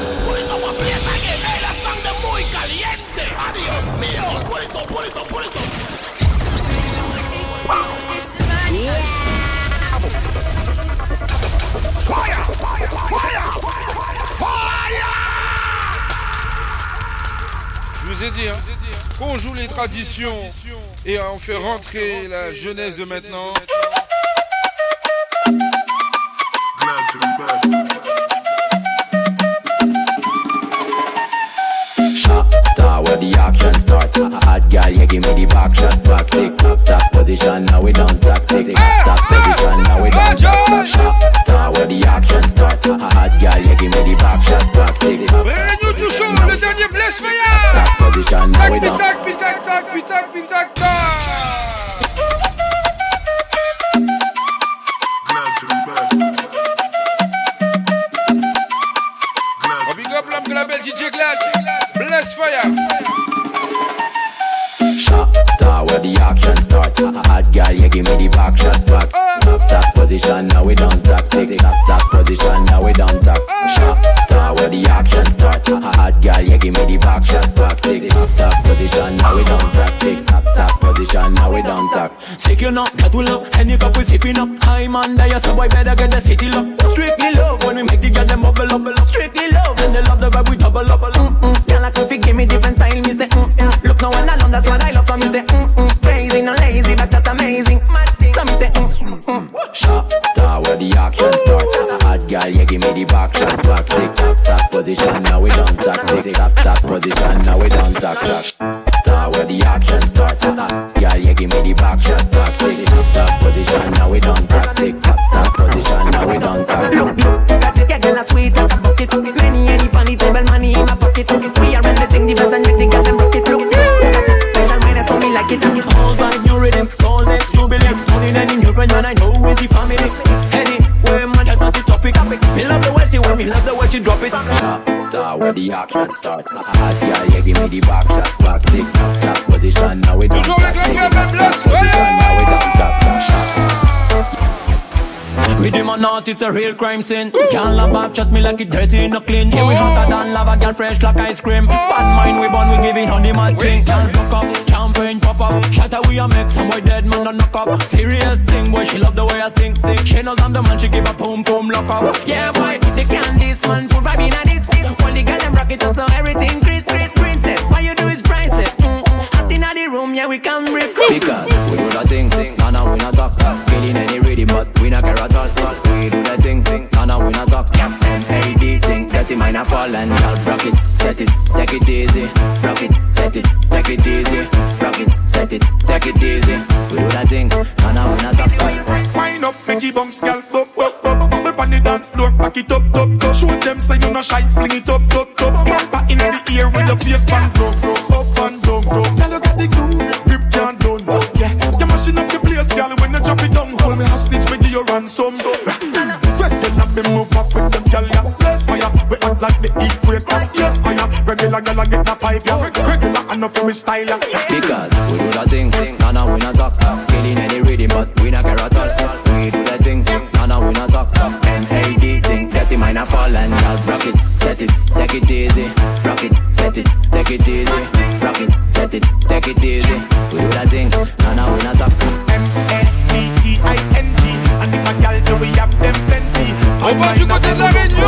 Je vous ai dit, hein, qu'on joue les traditions et on fait rentrer la jeunesse de maintenant. Shot, where the action start. A hot girl, you give me the back shot. Back tick, top top position, now we down tactic. Top top position. back shot back. Top top position, now we don't tactic. Top top position, now we don't tack. Shot, ta where the action start. Hot girl, yeah, give me the back shot back. Tick, top top position, now we don't tactic. Top top position, now we don't tack. Sick you know, that will up, and you cup we sipping up. I'm under you, so boy better get the city lock. Strictly love when we make the girl them bubble up. Strictly love and they love the vibe we double up. Mm-mm. Girl like if you give me different style, me say mm-mm. Look now and alone, that's what I love from me say mm-mm. Crazy, no lazy, but that's amazing. So me say mm-mm. Shot, ta where the action start. Hot girl, yeah, give me the back shot back. Tick, top top position, now we don't tactic. Top top position, now we don't tactic. Ta where the action start. Girl, yeah, give me the back shot back. Tick, top top position, now we don't tactic. Top top position, now we don't tactic. Look, look, that the girl a sweet like a bucket. Many, any funny table money in my pocket. We are anything the best and make the girl them rock it. Look, special minus for me like it. All by new rhythm, all next jubilee. Only any new friend when I know with the family. Anyway, man, that's not the topic. Me love the way you when me love the way you drop it. Shot, ta where the action start. Hot girl, yeah, give me the back shot back. Tick, top position, now we don't tactic. Top position, now we don't tactic. Shot. With him or not, it's a real crime scene. Can't love back, shot me like it dirty, no clean. Here we hotter than lava, girl fresh like ice cream. Bad mind we born, we giving on the mad thing. Can't block up, champagne pop up. Shatter we a make, some boy dead man don't knock up. Serious thing, boy, she love the way I sing. She knows I'm the man, she give a boom boom lock up. Yeah boy, they can't this one, full vibe in a this. Only girl them rock it up, so everything Chris, Chris, princess. What you do is priceless. Mm. Hot in the room, yeah we can riff. Because we do that thing, and now we not talk. Killing any rhythm, but we not care at all. We do that thing, and now we not talk. M A D thing, dirty mind a fall and y'all rock it, set it, take it easy. Rock it, set it, take it easy. Rock it, set it, take it easy. We do that thing, and now we not talk. Wind up, make it bounce, girl, bop, bop, bop, bop, bop on the dance floor, back it up, top, top. Show them say you no shy, fling it up, top, top. Bumper in the ear with your face pan, go, go, up and down. Tell you got the glue, grip can't done. Yeah, you mashing up the place, girl, when you drop it down. Hold me hostage, make you ransom. Red them up, me move off with them, girl, yeah. Blaze fire, we act like the equator. Yes, I am regular, girl, I get the pipe, yeah. Regular enough for me style, yeah. Because we do that thing, and now we not talk. Killing any rhythm, but we not care at all. We do that thing, and now we not talk. M A D thing, dirty mind a fall and y'all rock it, set it, take it easy. Rock it, set it, take it easy. Rock it, set it, take it easy. We do that thing, and now we not talk. M A D T I N G, and if a girl so we have them plenty. On va du côté de la Réunion.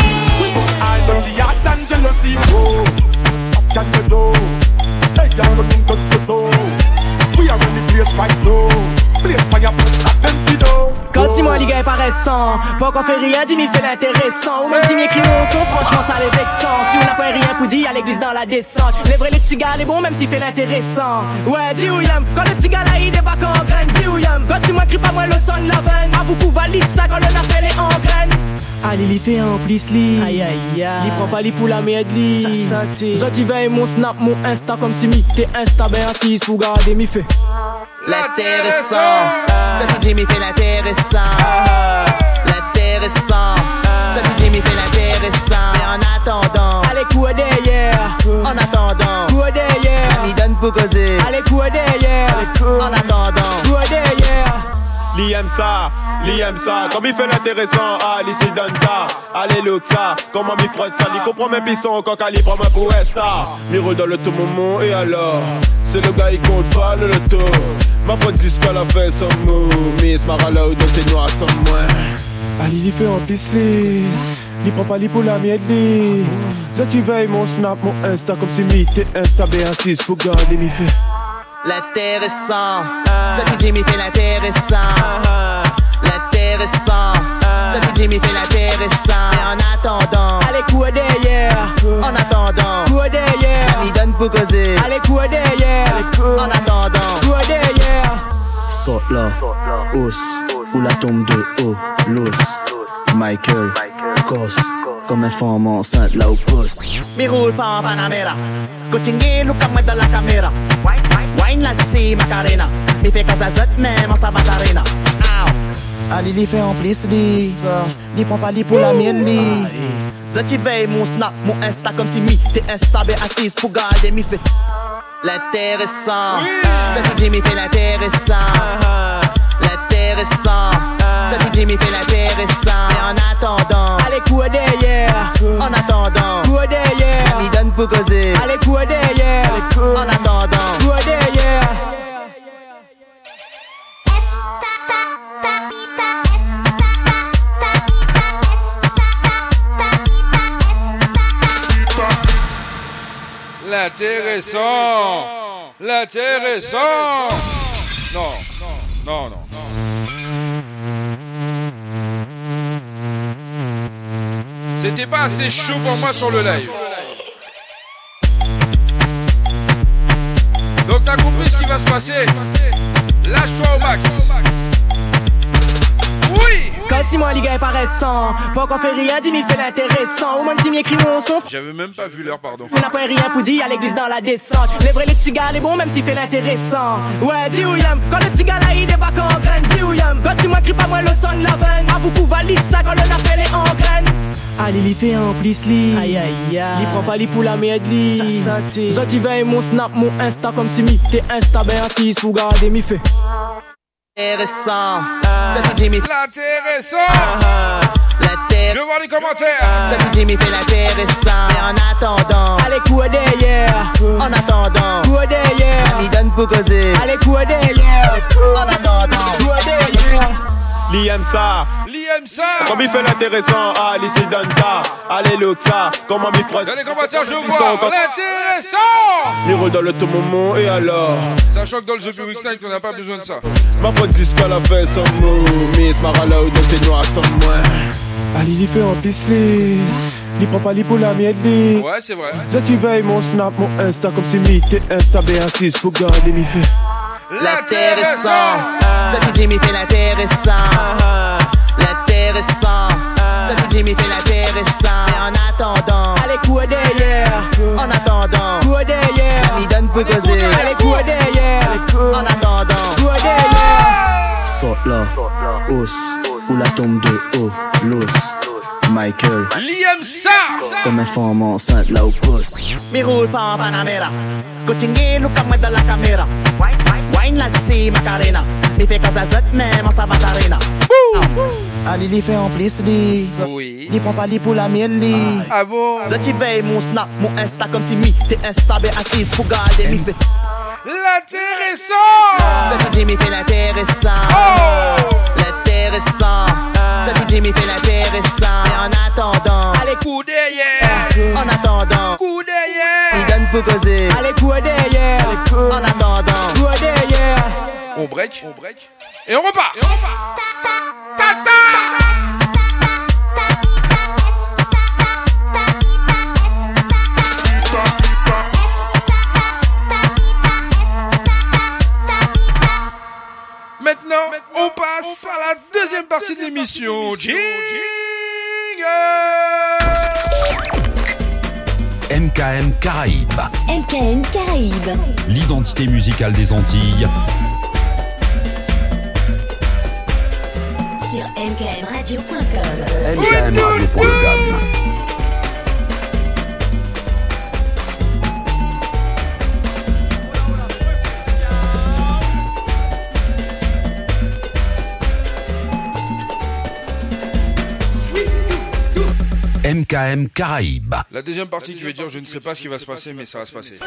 I love the heart and jealousy. Oh, can you do? Hey, girl, come in, touch your toe. We are in the place right now. Place fire, attend to do. Quand si moi les gars est paraissant, pas qu'on fait rien, dis m'y fait l'intéressant. Ou même si mes cris mon son, franchement ça les vexant. Si on n'a pas rien pour dire, à l'église dans la descente. Les vrais les petits gars, les bons même s'il fait l'intéressant. Ouais, dis où y'aime, quand le petit gars là il débarque en graine, dis où y'aime. Quand si moi crie pas moi le son de la veine. A beaucoup valide ça quand le nafel est en graine. Allez, il fait un plis li. Aïe aïe aïe. Il prend pas li pour la merde li. Ça saté. Zot il veille mon snap, mon insta comme si mi. T'es insta ben assise pour garder mi fait. L'intéressant, ça tu dis m'y fait l'intéressant. L'intéressant, ça tu dis m'y fait l'intéressant. Mais en attendant, allez couer derrière. En attendant, couer derrière. Ami donne pour causer. Allez couer derrière. En attendant, couer derrière. Li aime ça, li aime ça. Comme il fait l'intéressant, ah, li si donne ta. Allez, look ça, comment m'y frotte ça. Il comprend mes pissons, quand il prend ma pour Esta. Mi roule dans le tout moment, et alors c'est le gars, il compte pas le loto. Ma faute disque à la fin sans mot. Miss Marala ou dans tes noirs sans moi. Allez, il fait en pisse li. Il prend pas li pour la mienne li. Ça tu veilles mon snap, mon insta. Comme si mi t'es insta B six pour garder mi fait. L'intéressant, ça tu dis m'y fait l'intéressant. L'intéressant, ça tu dis m'y fait l'intéressant. Mais en attendant, allez couer derrière. En attendant, couer derrière. Ami donne pour causer. Allez couer derrière. En attendant, couer derrière. Saute là, os, ou la tombe de haut, l'os. Michael, Cos, comme un femme enceinte là au poste. Mi roule pas en Panamera. Continue, look à moi dans la caméra. Wine là c'est Macarena. Mi fait casa zot même en sa batarena. Allez, il fait en plus li. Il prend pas li pour la mienne li. Zot il veille mon snap, mon insta comme si mi t'es insta ben assise pour garder mi fait. L'intéressant, ça tu dis mi fait l'intéressant. intéressant. Mais en attendant, allez courir derrière. En attendant, courir derrière. Ami donne pour causer. Allez courir derrière. En attendant, courir derrière. L'intéressant. L'intéressant. Non, non, non. C'était pas assez chaud pour moi sur le live. Donc t'as compris ce qui va se passer. Lâche-toi au max. Oui. Quand si moi les gars est paraissant, pas qu'on fait rien, dis m'y fait l'intéressant. Au moins si m'y écrit mon son. J'avais même pas vu l'heure, pardon. On n'a pas rien pour dire à l'église dans la descente. Les vrais les petits gars, les bons même s'il fait l'intéressant. Ouais, dis où yam. Quand le petit gars là il débarque en graine, dis où yam. Quand si moi crie pas moi le son de la veine. A beaucoup valide ça quand le appel est en graine. Allez, il fait un plis li. Aïe aïe aïe. Il prend pas li pour la merde li. Ça ça t'es. Zot il veille mon snap, mon insta comme si mi. T'es insta ben assis pour garder mi fait. Intéressant. L'intéressant. Je veux voir les commentaires. Ça te dit, m'y fait l'intéressant. Mais en attendant, allez courir derrière. En attendant, courir derrière. Ami donne pour causer. Allez courir derrière. En attendant, courir derrière. L'I M ça, l'I M ça. Comment il fait l'intéressant, ah, l'ici Danta, allez Loxa, comment il frotte. Dans les commentaires, je vois l'intéressant. Il roule dans le tout moment, et alors. Sachant que dans le jeu Public Night, on n'a pas besoin de ça. Ma faute dit ce qu'elle a fait sans mot, Miss Marala ou de tes noirs sans moi. Allez, il fait en pis-les. Il prend pas les pour la mienne. Ouais, c'est vrai. Ça tu veilles mon snap, mon insta, comme si mi, t'es insta B six pour garder mi fait. L'intéressant. Ça te dit, m'y fait l'intéressant. L'intéressant. Ça te dit, m'y fait l'intéressant. Mais en attendant, allez courir derrière. En attendant, courir derrière. Ami donne pour causer. Allez courir derrière. En attendant, courir derrière. Saute là, os, ou la tombe de haut, l'os. Michael, l'I M ça. Comme un femme enceinte là au poste. Mi roule pas en Panamera. Continue, look comme dans la caméra. Wine là-dessus, Macarena. Mi fait casazette même en sa batarena. Ali li fait en plus li. Oui. Li prend pas li pour la mienne li. Ah bon? Je veille mon snap, mon insta comme si mi. T'es insta, ben assise pour garder mi fait. L'intéressant. Ça te dit, mi fait l'intéressant. Oh. L'intéressant. Ça te dit, mi fait l'intéressant. Mais en attendant, allez coup derrière. En attendant, coup derrière. Il donne pour causer. Allez courir derrière. En attendant, courir derrière. On break, on break. Et on repart. Et on repart. Tata. Maintenant, on passe à la deuxième partie de l'émission. Jingle. M K M Caraïbes. M K M Caraïbes. L'identité musicale des Antilles. Sur m k m radio point com. m k m radio point com. M K M Caraïbes. La deuxième partie qui veut dire je ne sais pas ce qui va se passer, mais ça va se passer.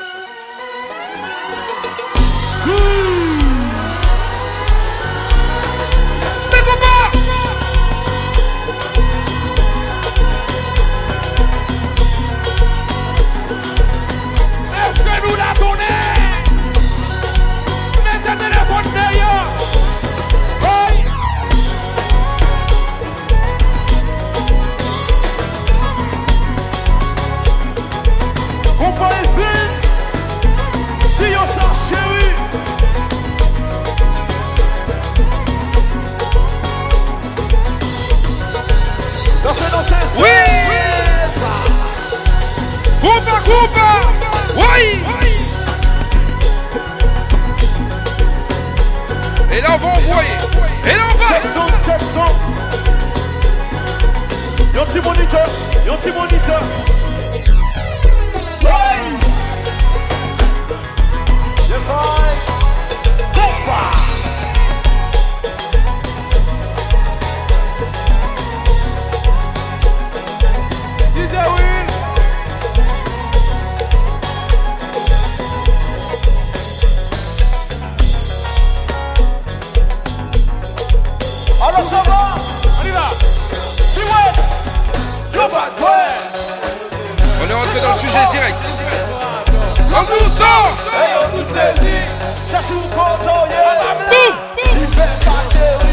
Est-ce que nous la connaissons? Mettez le téléphone d'ailleurs. On va les Vince, si on s'en chérit. Dansez, dansez, oui, oui. Coupa, coupa, oui. Et là on va envoyer. Et là on va. Check son, check son. Y'a un petit moniteur, y'a un petit moniteur. Hey! Yes, I. Compa. Alors ça va, on y va. Yo bad boy. On est rentré dans le sujet direct. On vous sort. Hey yo, tout saisi. Cherche où content, yeah. Boum. Il fait partir.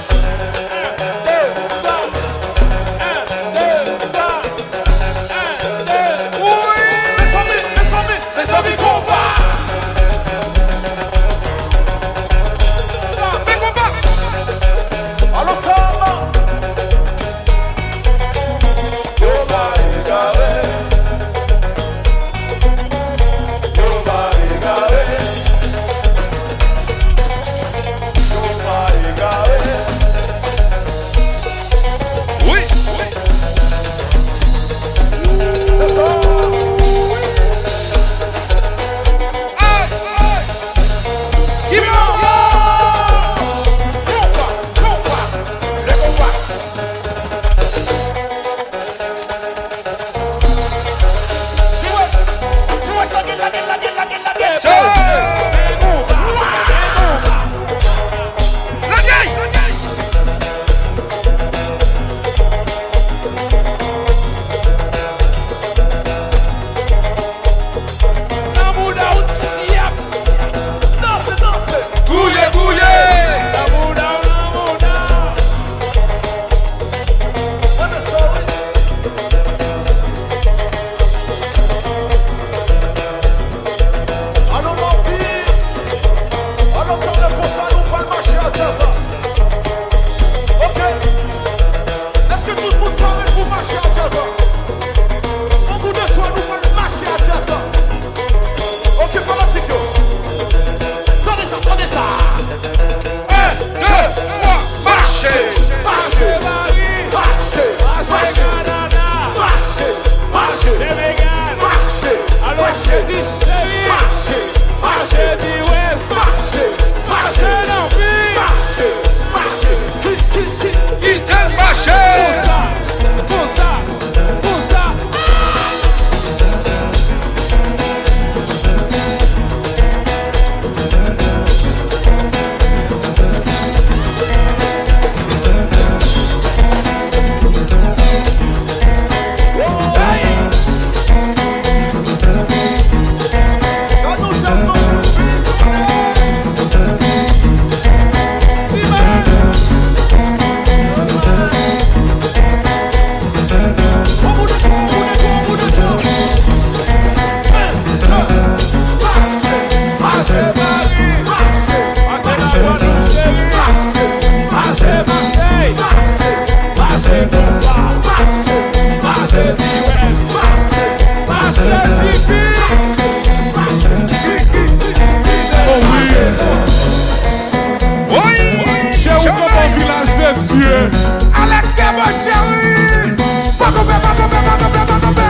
Alex Debo chéri. Pas tomber, pas tomber, pas tomber, pas tomber.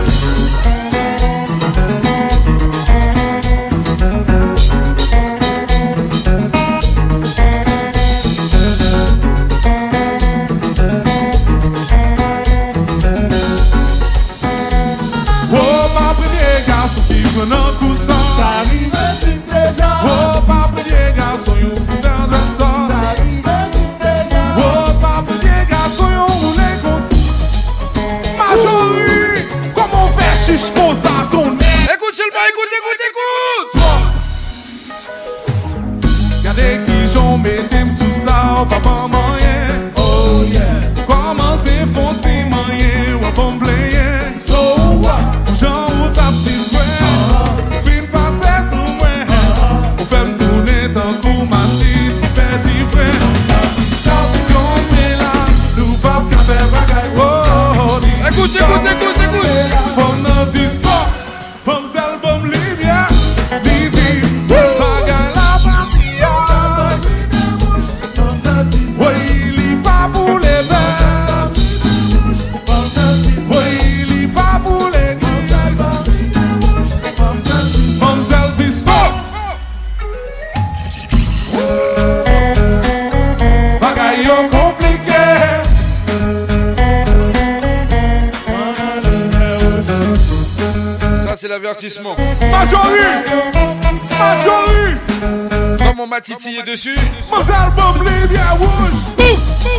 Oh, pas premier garçon qui prend un coussin. T'arrives déjà. Oh, pas premier garçon, you dans un sort. Écoute seulement, écoute, écoute, écoute. Regardez qui j'en mettais sous ça, papa moyen. Oh yeah. Comment c'est fonti moyen, ou bon player. So what? J'en ou ta petite square. Fin passer sous moi. On fait me tourner tant qu'on machine qui fait du frère. Stop qu'on met là, nous pas qu'à faire bagaille. Oh, écoute, écoute, écoute, écoute. From the stop. Pumps album Libya, Lizzy, Bagay la Papilla. Oui, il est pas pour les verts. Oui, il est pas pour les gars. Pumps album stop. Bagay yo compliqué. C'est l'avertissement. Majorité, majorité. Comme on m'a titillé dessus. Mon album Libya Rouge.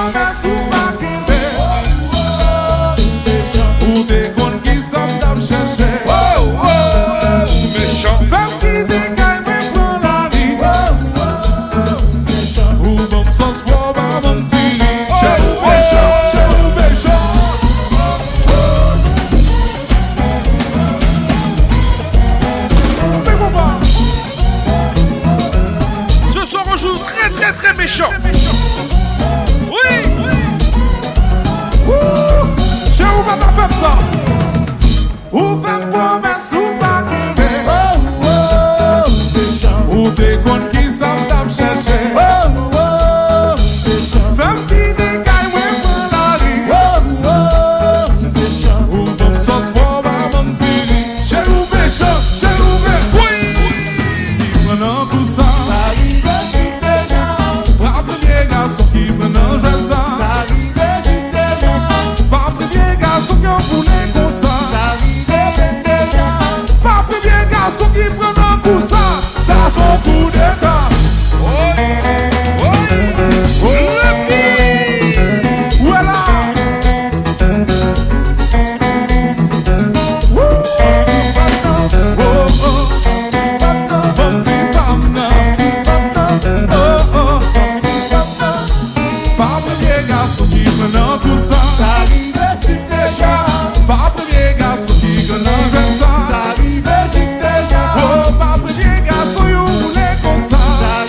promesse ou pas quitter. Ou des con qui s'en tape chercher. Méchant. Femme qui décaille mais prend la vie. Ou bon sens pour pas mentir. Chez ou méchant, chez ou méchant. Ce soir on joue très très très méchant. Oui. Chez ou pas ta femme ça. Ou femme promesse ou pas quitter. Ou des con qui s'en tape chercher. Femme qui décaille ouais prend la vie. Ou bon sens pour pas mentir. Chez ou méchant, chez ou méchant. Oui. Qui prend tout ça. Pas premier garçon qui prend jeune ça. Pas premier garçon qui en voulait comme ça. Pas premier garçon qui prend un coup ça. Ça son coup d'état. Voilà. Pas premier garçon qui prend tout ça. Pas premier garçon qui connaît jeune ça. Oh, pas premier garçon you voulait comme ça.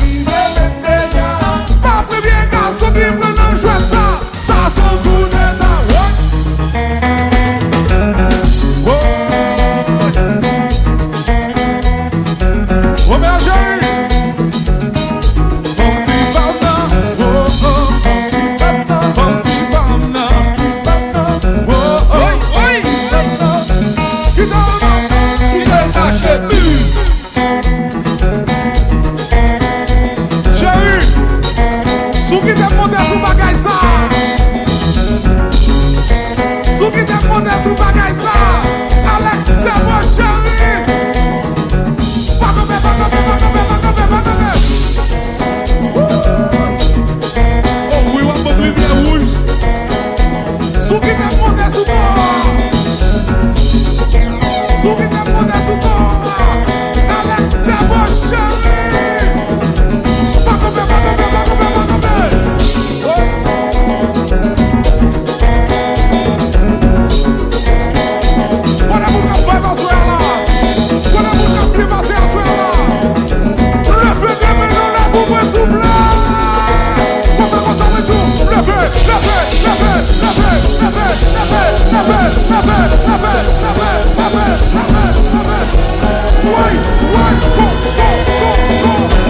Pas premier garçon qui prend un jeune ça. Ça son coup d'état. Oh, oh, mais j'ai bon petit papa. Oh, oh, bon petit papa. Oh, oh, qui donne, qui détache plus. Chérie, sous qui t'es monté sous bagaille ça. Sous qui t'es monté sous bagaille ça. Alex, t'es mon chéri. Pas comme pas comme pas comme pas comme pas comme. Oh oui, on peut plus bien rouge. Sous qui t'es monté sous toi. Sous qui t'es monté sous toi. Alex, t'es mon chéri. Pas comme pas comme pas comme pas comme. Voilà mon cap faire en soir là. Voilà mon cap plus passer en soir là. Le feu de maintenant là pour moi souple. Comme ça, comme ça, mais tout. Le feu, le feu, le feu, le feu, le feu, le feu, le feu, le feu, le feu, le feu, le feu, le feu, le feu. Ouais, ouais, go, go, go, go.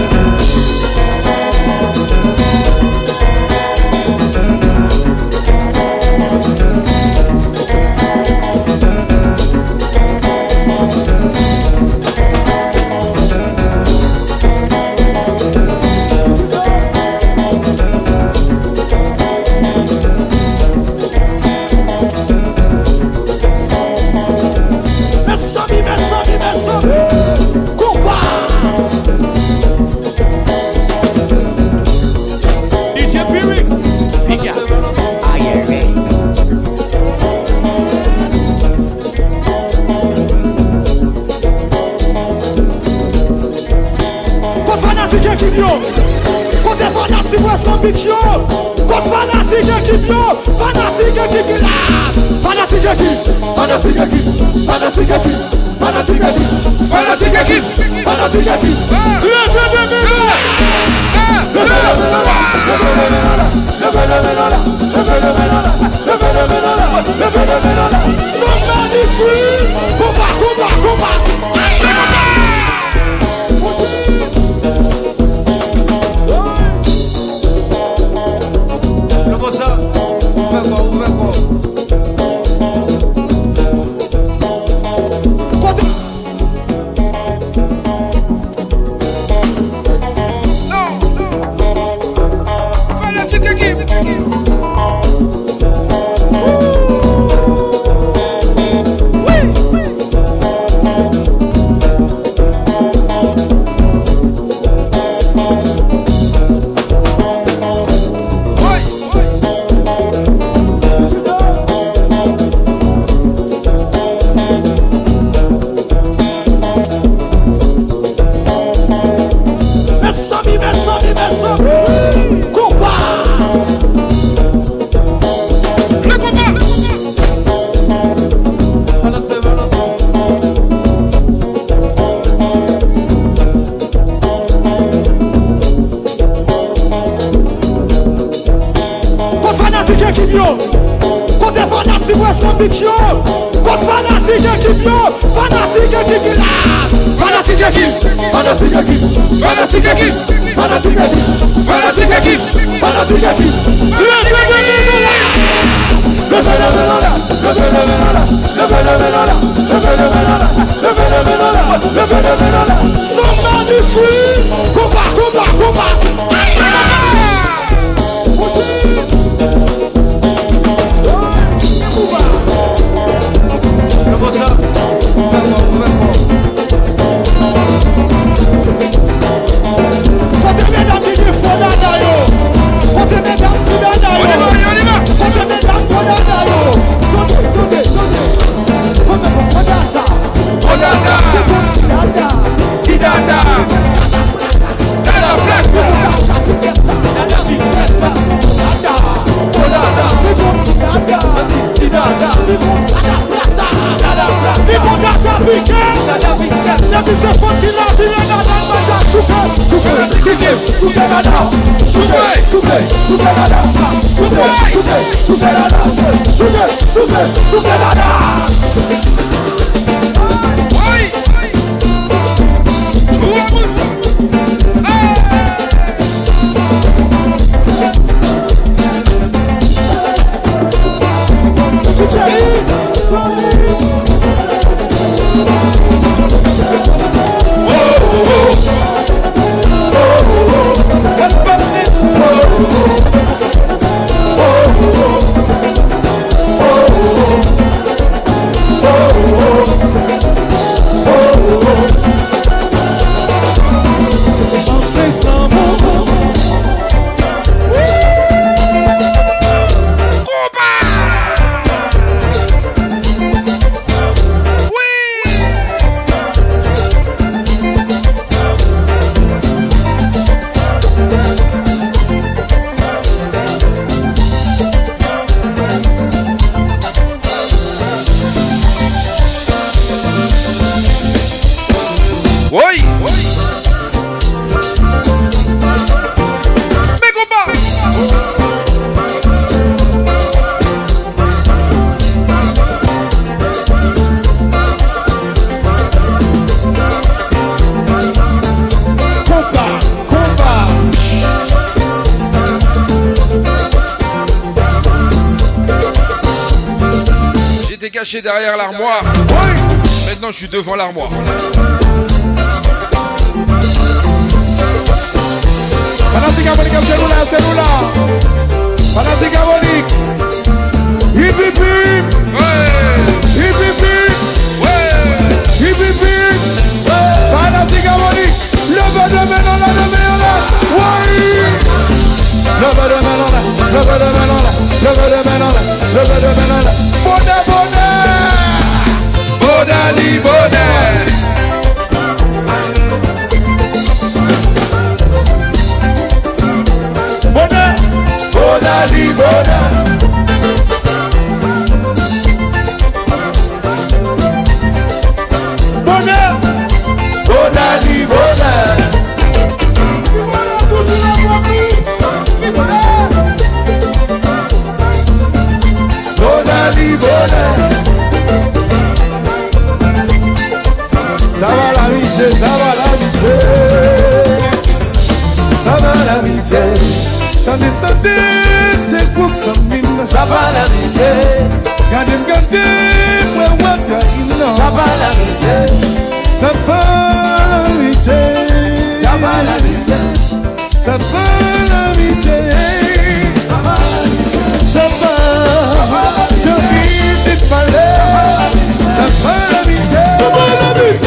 Côté fanatique, moi son bitch yo. Côté fanatique équipe yo. Fanatique équipe là. Fanatique équipe. Fanatique équipe. Fanatique équipe. Fanatique équipe. Fanatique équipe. Fanatique équipe. Levez le ménage. Levez le ménage. Levez le ménage. Levez le ménage. Levez le ménage. Levez le ménage. Son magnifique. Combat, combat, combat. équipe yo, fanatique équipe là. Fanatique équipe, fanatique équipe, fanatique équipe, fanatique équipe, fanatique équipe, fanatique équipe. Levez le ménona, levez le ménona, levez le ménona, levez le ménona, levez le ménona, levez le ménona, levez le ménona. Sont magnifiques. Combat, combat, combat. Caché derrière l'armoire. Maintenant je suis devant l'armoire. Fanatique Abonique, est-ce que nous là, est-ce que nous là? Fanatique Abonique. Hip hip hip. Hip hip hip. Hip hip hip. Fanatique Abonique. Levez de main là, levez là. Oui. Levez de main là, levez de main là, levez de main là, levez de main là. Bonne bonne. Bodali bonne. Bonne. Bodali bonne. Bonne. Bodali bonne. Bonali bonne. Ça va l'amitié, ça va l'amitié. Ça va l'amitié. Tandis, tandis, c'est pour que ça mime. Ça va l'amitié. Gardez, gardez, ouais, ouais, gardez. Ça va l'amitié. Ça va l'amitié. Ça va l'amitié. Ça va l'amitié. Ça va l'amitié. Ça va. Je vis des palais. Ça va l'amitié. Ça va l'amitié.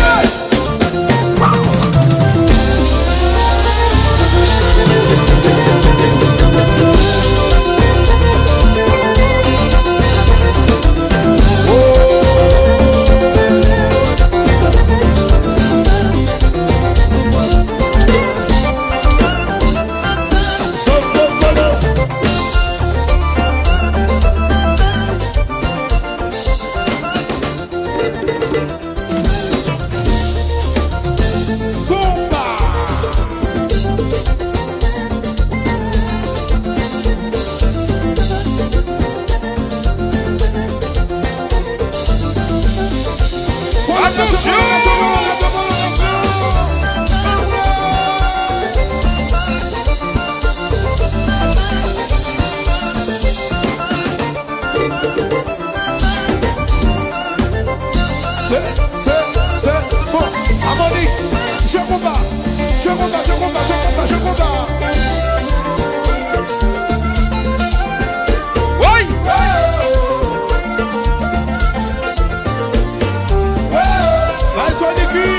Monique, je combat, je combat, je combat, je combat, je combat. Oui. La Sonic.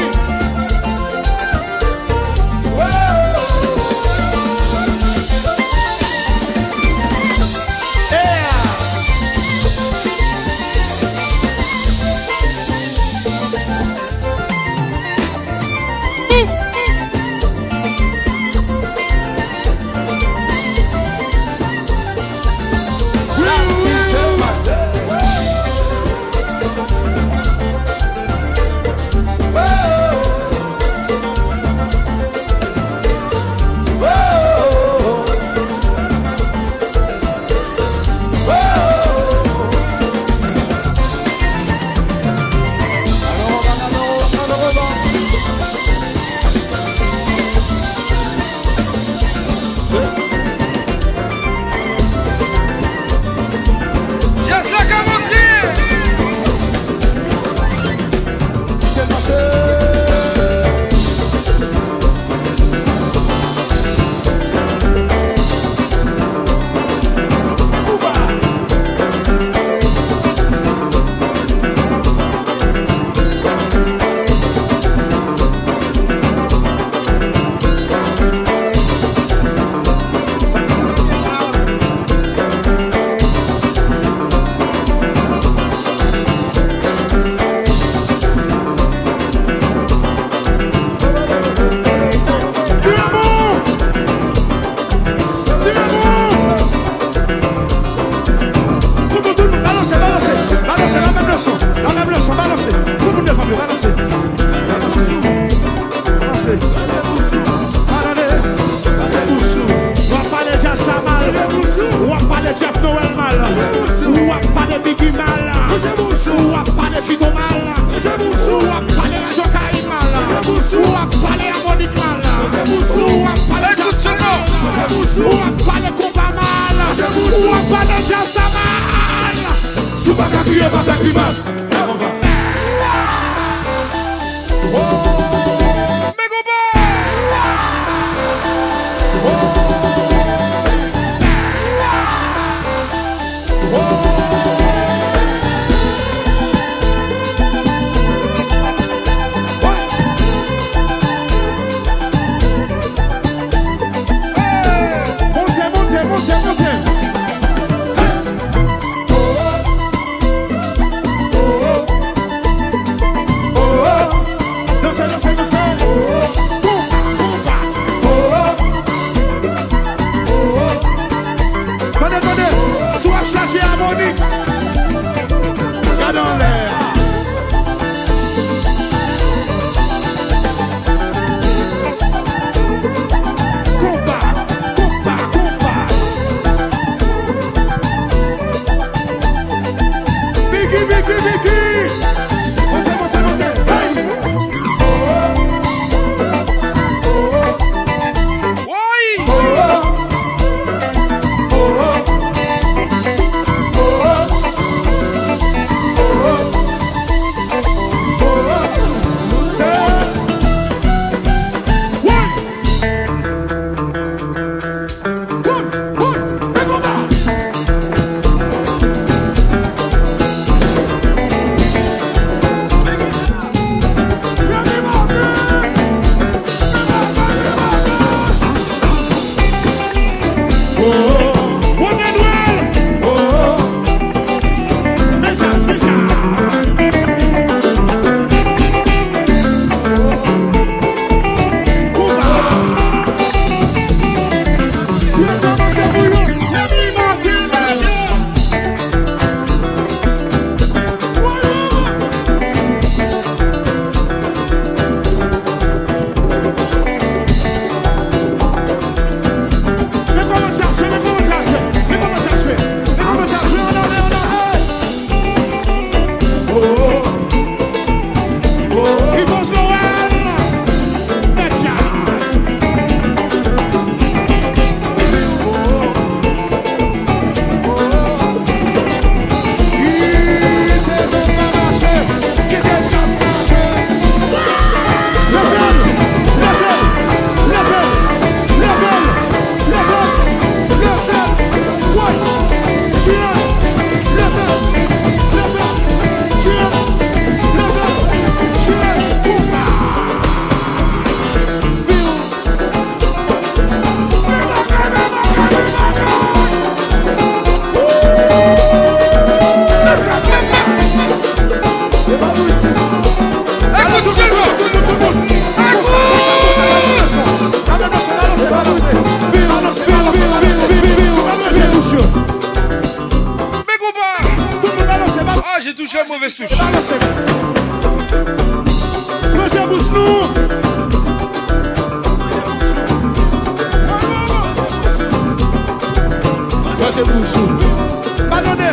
Bouchou. Pardonnez.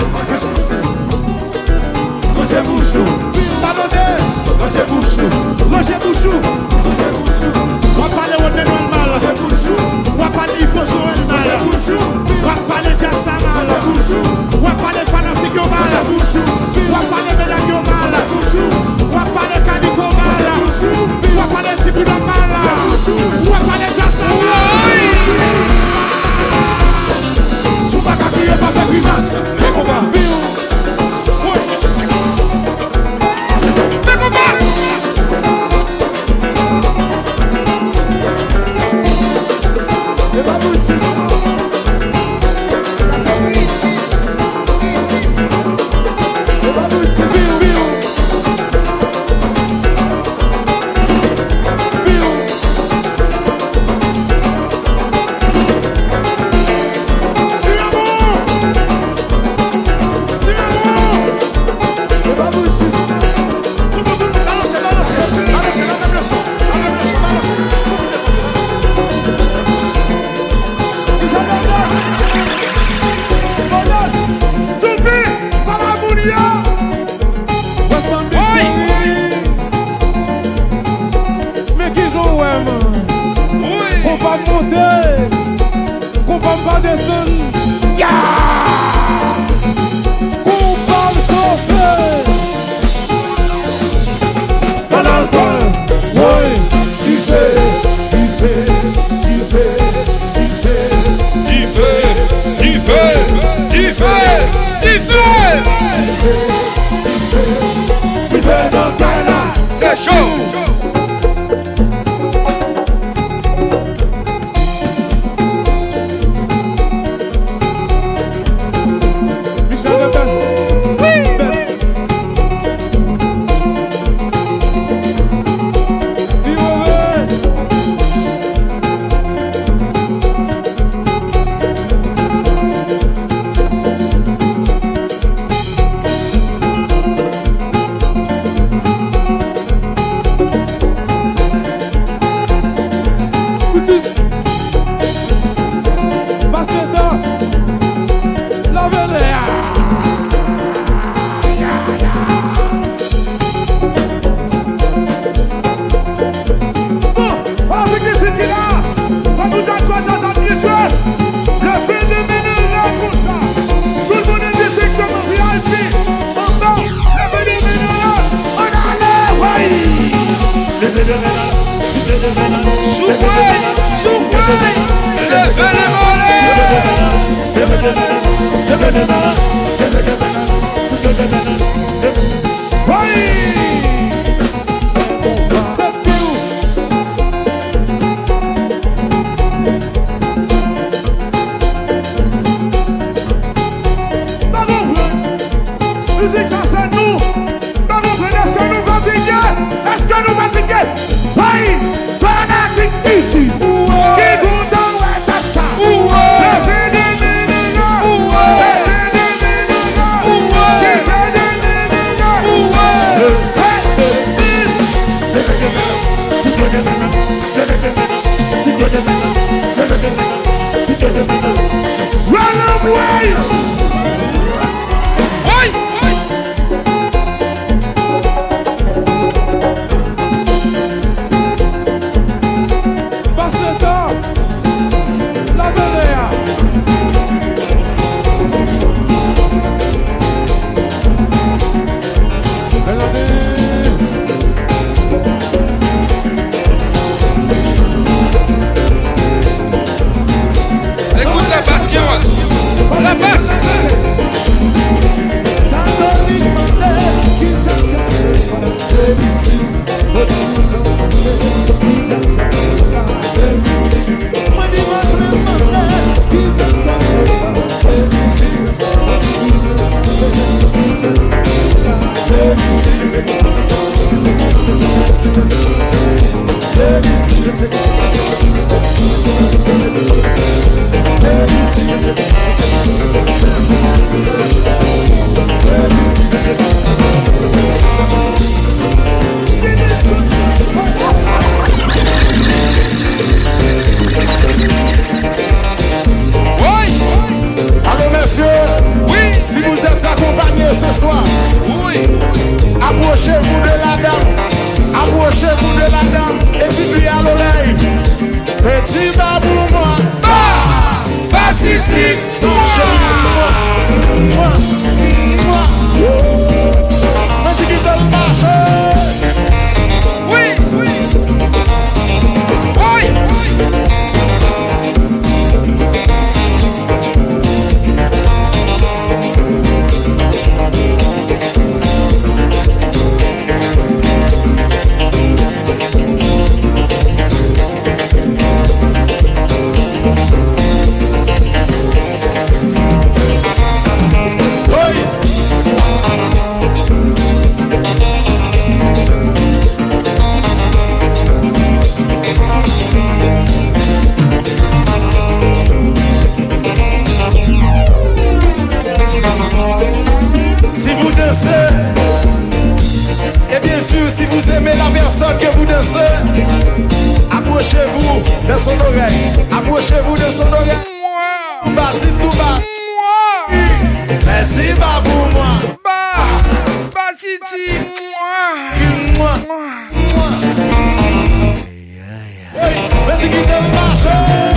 Roger Bouchou. Pardonnez. Roger Bouchou. Roger Bouchou. On va parler de normal. On va parler de Ifos Noël. On va parler de Jassamal. On va parler de Fanatique Yomal. On va parler de Médaille Yomal. On va parler de Kaniko Mal. On va parler de Tibouda Mal. On va parler de Jassamal. Souba Kakouye pas fait grimace. Et on va. de son oreille. Approchez-vous de son oreille. Tout bas, si tout bas. Merci, bah pour moi. Bah, bah, Titi. Moi. Merci qui te marche.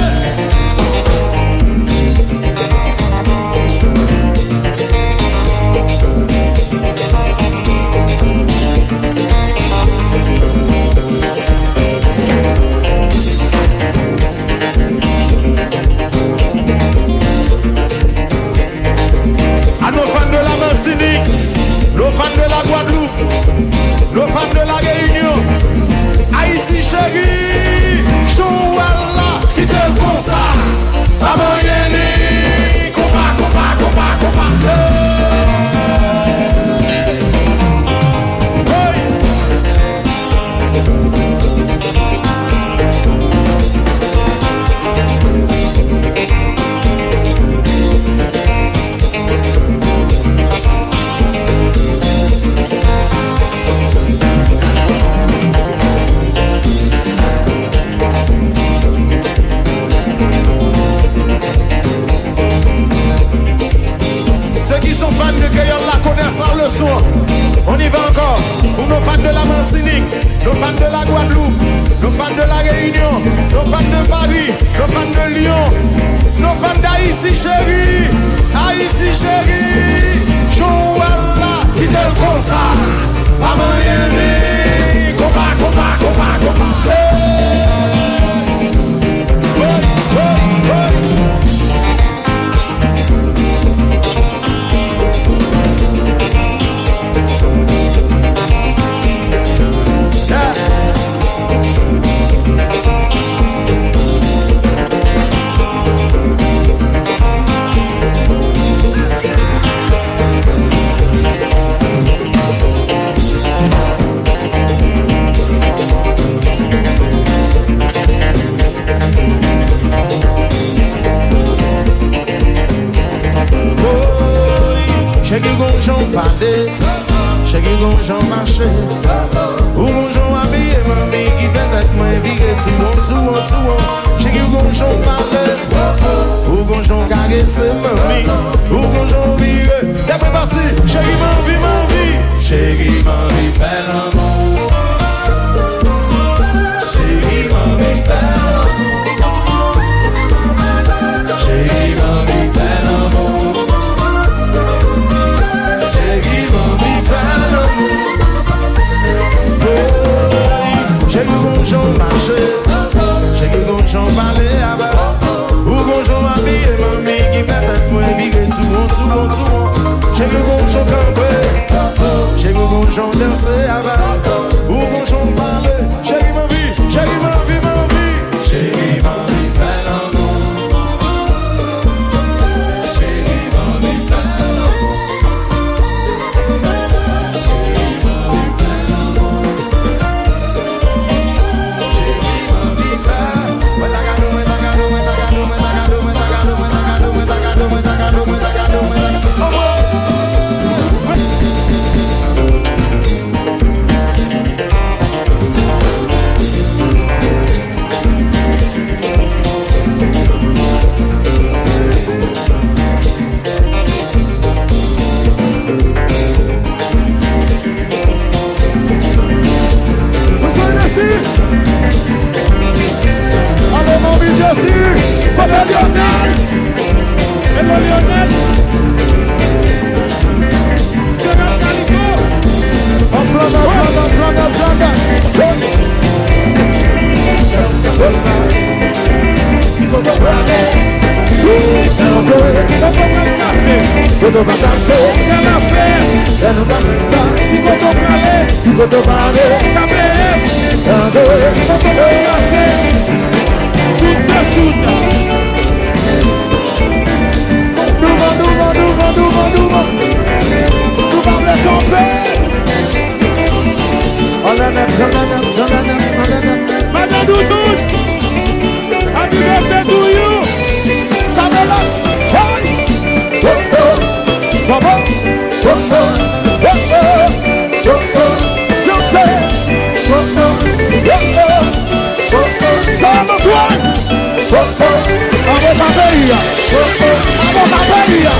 À nos fans de la Martinique, nos fans de la Guadeloupe, nos fans de la Réunion, Haïti chérie, Chouala, qui te le comme ça, à Moyenne, combat, combat, combat, combat. Fans de créole la connaissent la leçon. On y va encore. Pour nos fans de la Martinique, nos fans de la Guadeloupe, nos fans de la Réunion, nos fans de Paris, nos fans de Lyon, nos fans d'Haïti chérie, Haïti chérie, Chouala, qui te le comme ça, maman yéné, combat, combat, combat, combat. Hey, hey, hey. Chèque gonjon parler, chèque gonjon marcher, ou gonjon habillé, mamie qui fait avec moi virer tout le monde, tout le monde, tout le monde. Chèque gonjon parler, ou gonjon caresser, mamie, ou gonjon virer. D'après parti, chérie m'envie, m'envie, chérie m'envie faire l'amour, chérie m'envie faire l'amour, chérie m'envie faire l'amour. J'ai que gonjon marcher, j'ai que gonjon parler avec, ou gonjon habillé, mamie qui fait avec moi virer tout le monde, tout le monde, tout le monde. J'ai que gonjon camper, j'ai que gonjon danser avec, ou gonjon parler, j'ai que ma vie, j'ai que ma vie, ma vie, j'ai que ma vie fait l'amour, j'ai que ma vie fait l'amour. Allez mon budget aussi, Papa Lionel, et mon Lionel, c'est notre calico. En flanc, en flanc, en flanc, en flanc. Il faut pas parler. Il faut pas passer. C'est l'affaire. Elle nous passe pas. Il faut pas parler. Il faut pas parler. K B S. Il faut pas passer. Souda, souda. Douva, douva, douva, douva, douva. Douva, blesse ton père. On la net, on la net, on la net, on la net. Madame Doudoud. Happy birthday to you. Camelox. Hey. Oh, oh. Ça va? Oh, oh. Oh, oh. Oh, oh. Santé. Oh, oh. Oh, oh. pays. Mon ta pays.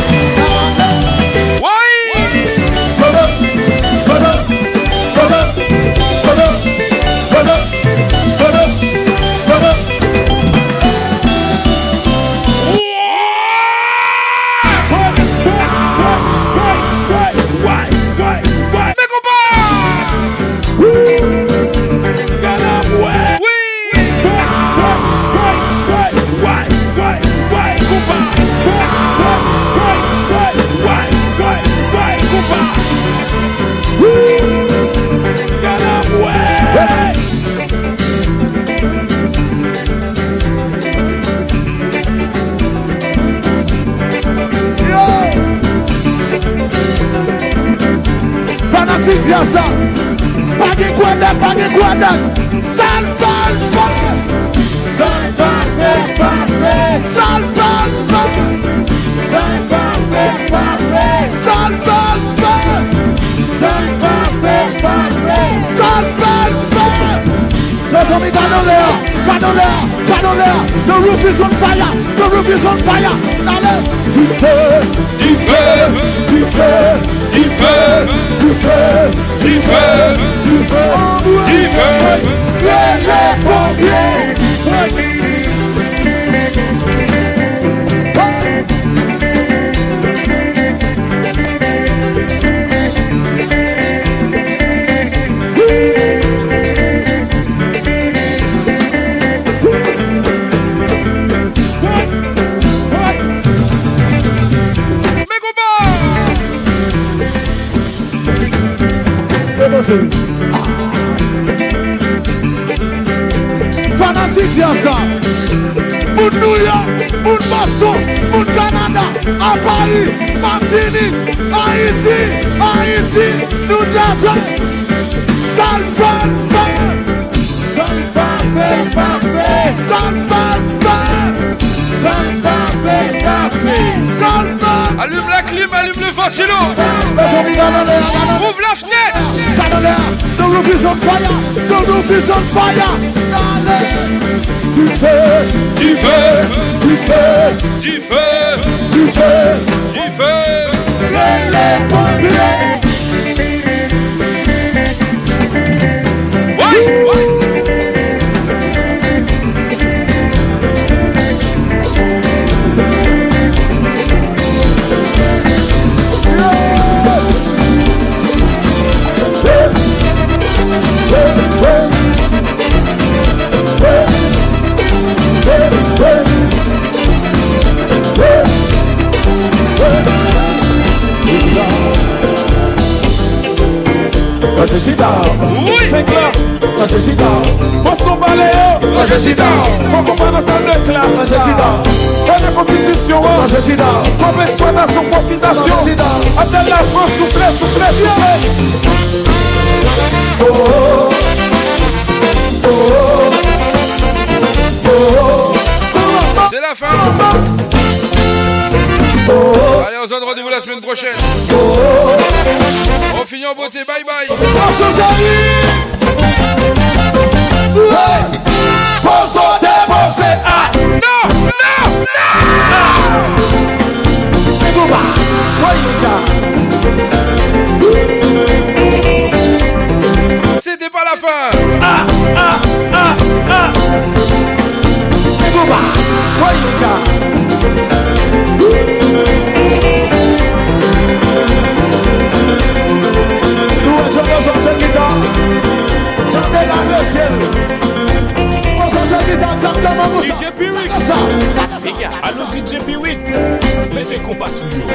Dia ça, pas de quoi d'autre, pas de quoi d'autre. Sale, sale, sale. Sale, passé, passé. Sale, sale, sale. Sale, passé, passé. Sale, sale, sale. Sale, passé, passé. Sale, sale, sale. So some me got on there, got on there, got on there. The roof is on fire, the roof is on fire. Allez, du feu, du feu, du feu, du feu, du feu, du feu, du feu, du feu. Les pompiers. Fanatique dire ça. Pour New York, pour Boston, pour Canada, à Paris, Martinique, Haïti, Haïti, New Jersey. Sale, sale, sale. Sale, passé, passé. Sale, sale, sale. Sale, passé, passé. Sale, sale. Allume la clim, allume le ventilo. Ouvre la fenêtre. The roof is on fire. The roof is on fire. Du feu, du feu, du feu, du feu, du feu, du feu. Les pompiers. Necessita, c'est clair, necessita. Bon baléo, necessita. Faut qu'on va dans la salle de classe, necessita. Bonne constitution, necessita. Mauvaise soignation, profitation, necessita. Attends la France, soufflez, soufflez, soufflez. Oh, oh, oh, oh, oh. C'est la fin. Allez, on se donne rendez-vous la semaine prochaine. On finit en beauté, bye bye. Pensez pensez à. Non, non, non. C'était pas la fin. Ah, ah, ah, ah. D J P-Wix. Allô D J P-Wix. Mettez compas sur nous.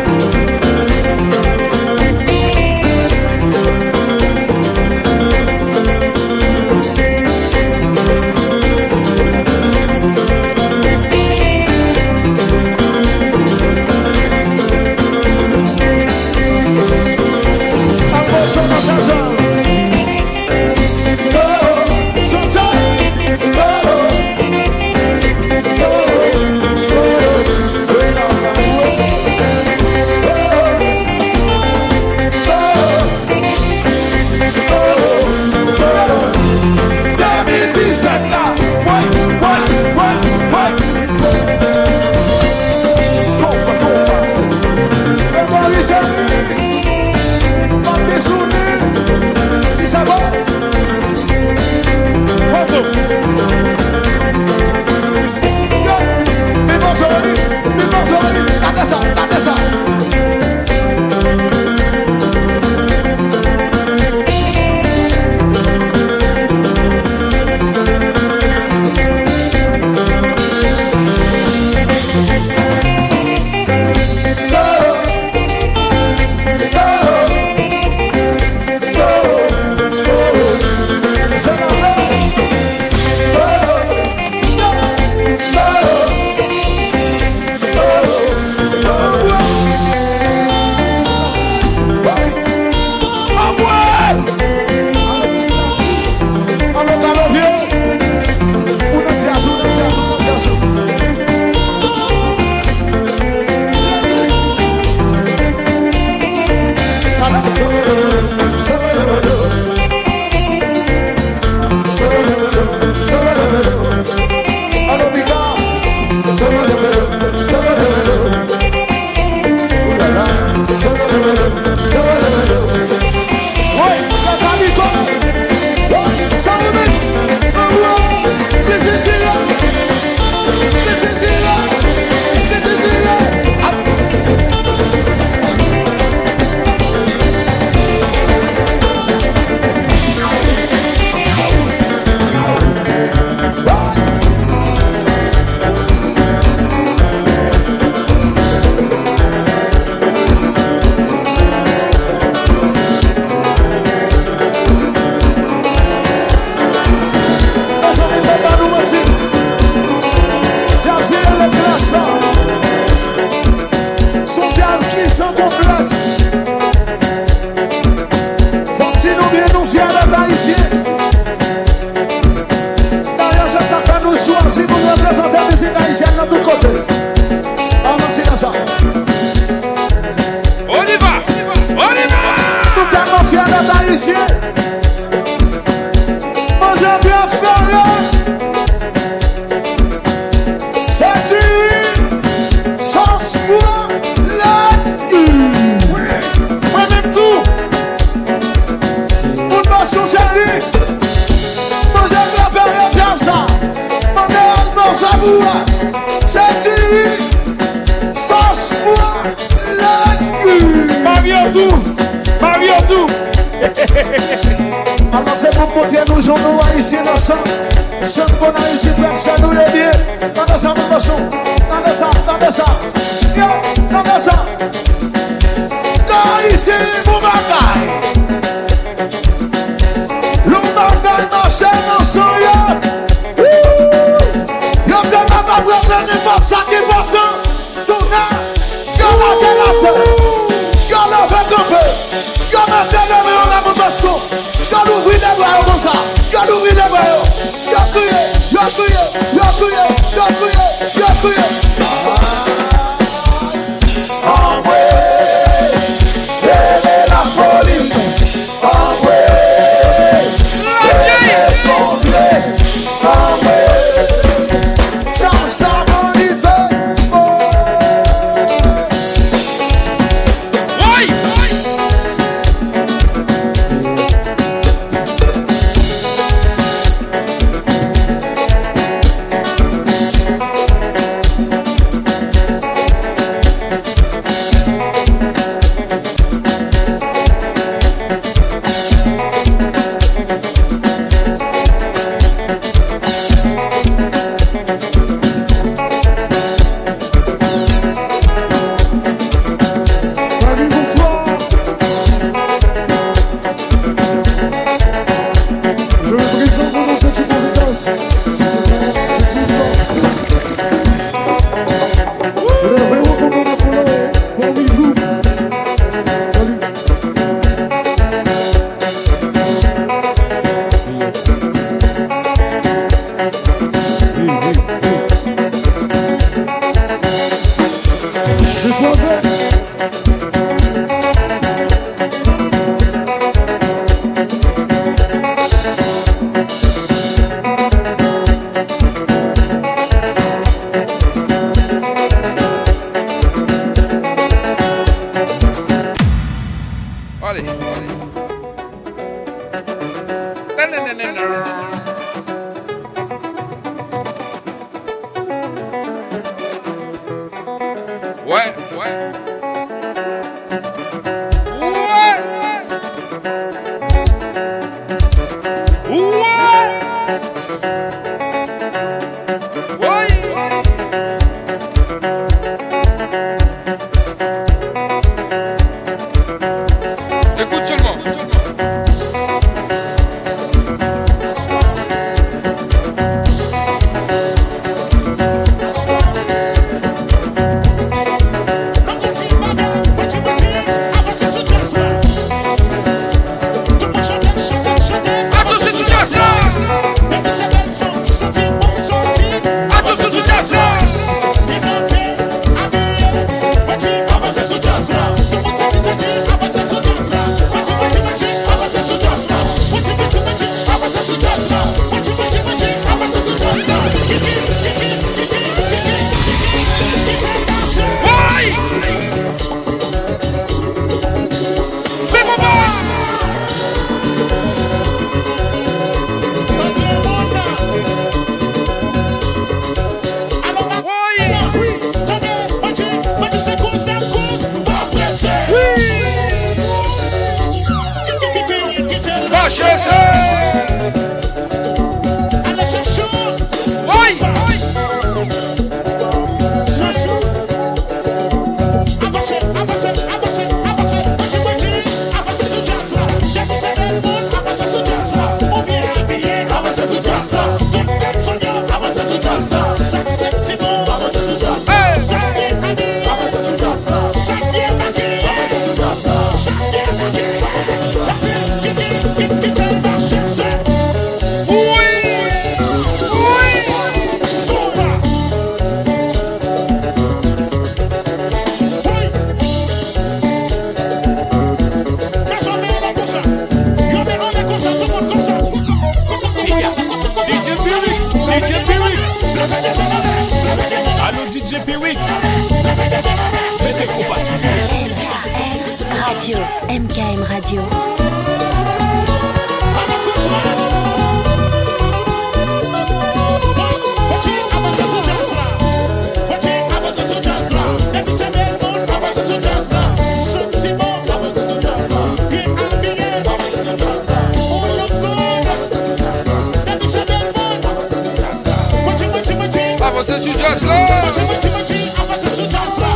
ça vous, c'est Thierry, sans moi, la gueule. Mario tout, Mario tout. Alors c'est pour monter nous gens nous ici ensemble. Ce qu'on a ici frère, ça nous le dit. Tendez ça mon garçon, tendez ça, tendez ça. Yo, tendez ça. Là ici mon bagaille. Le bagaille marche dans son yo. Yo t'es pas pas prendre n'importe ça qui est important. Tourna, yo la galate. Yo la fait camper. Yo mettez le main dans mon garçon. Yo l'ouvrir les bras comme ça. Yo l'ouvrir les bras. Yo crié, yo crié, yo crié, yo crié, yo crié. En vrai, quelle est la police? En vrai, quelle est le complet? En vrai, ça, ça m'en y fait. Oui! Allô D J P-Wix. Mettez compassion. Radio, M K M Radio. Avance Avancez sur jazz là. Avancez sur jazz là.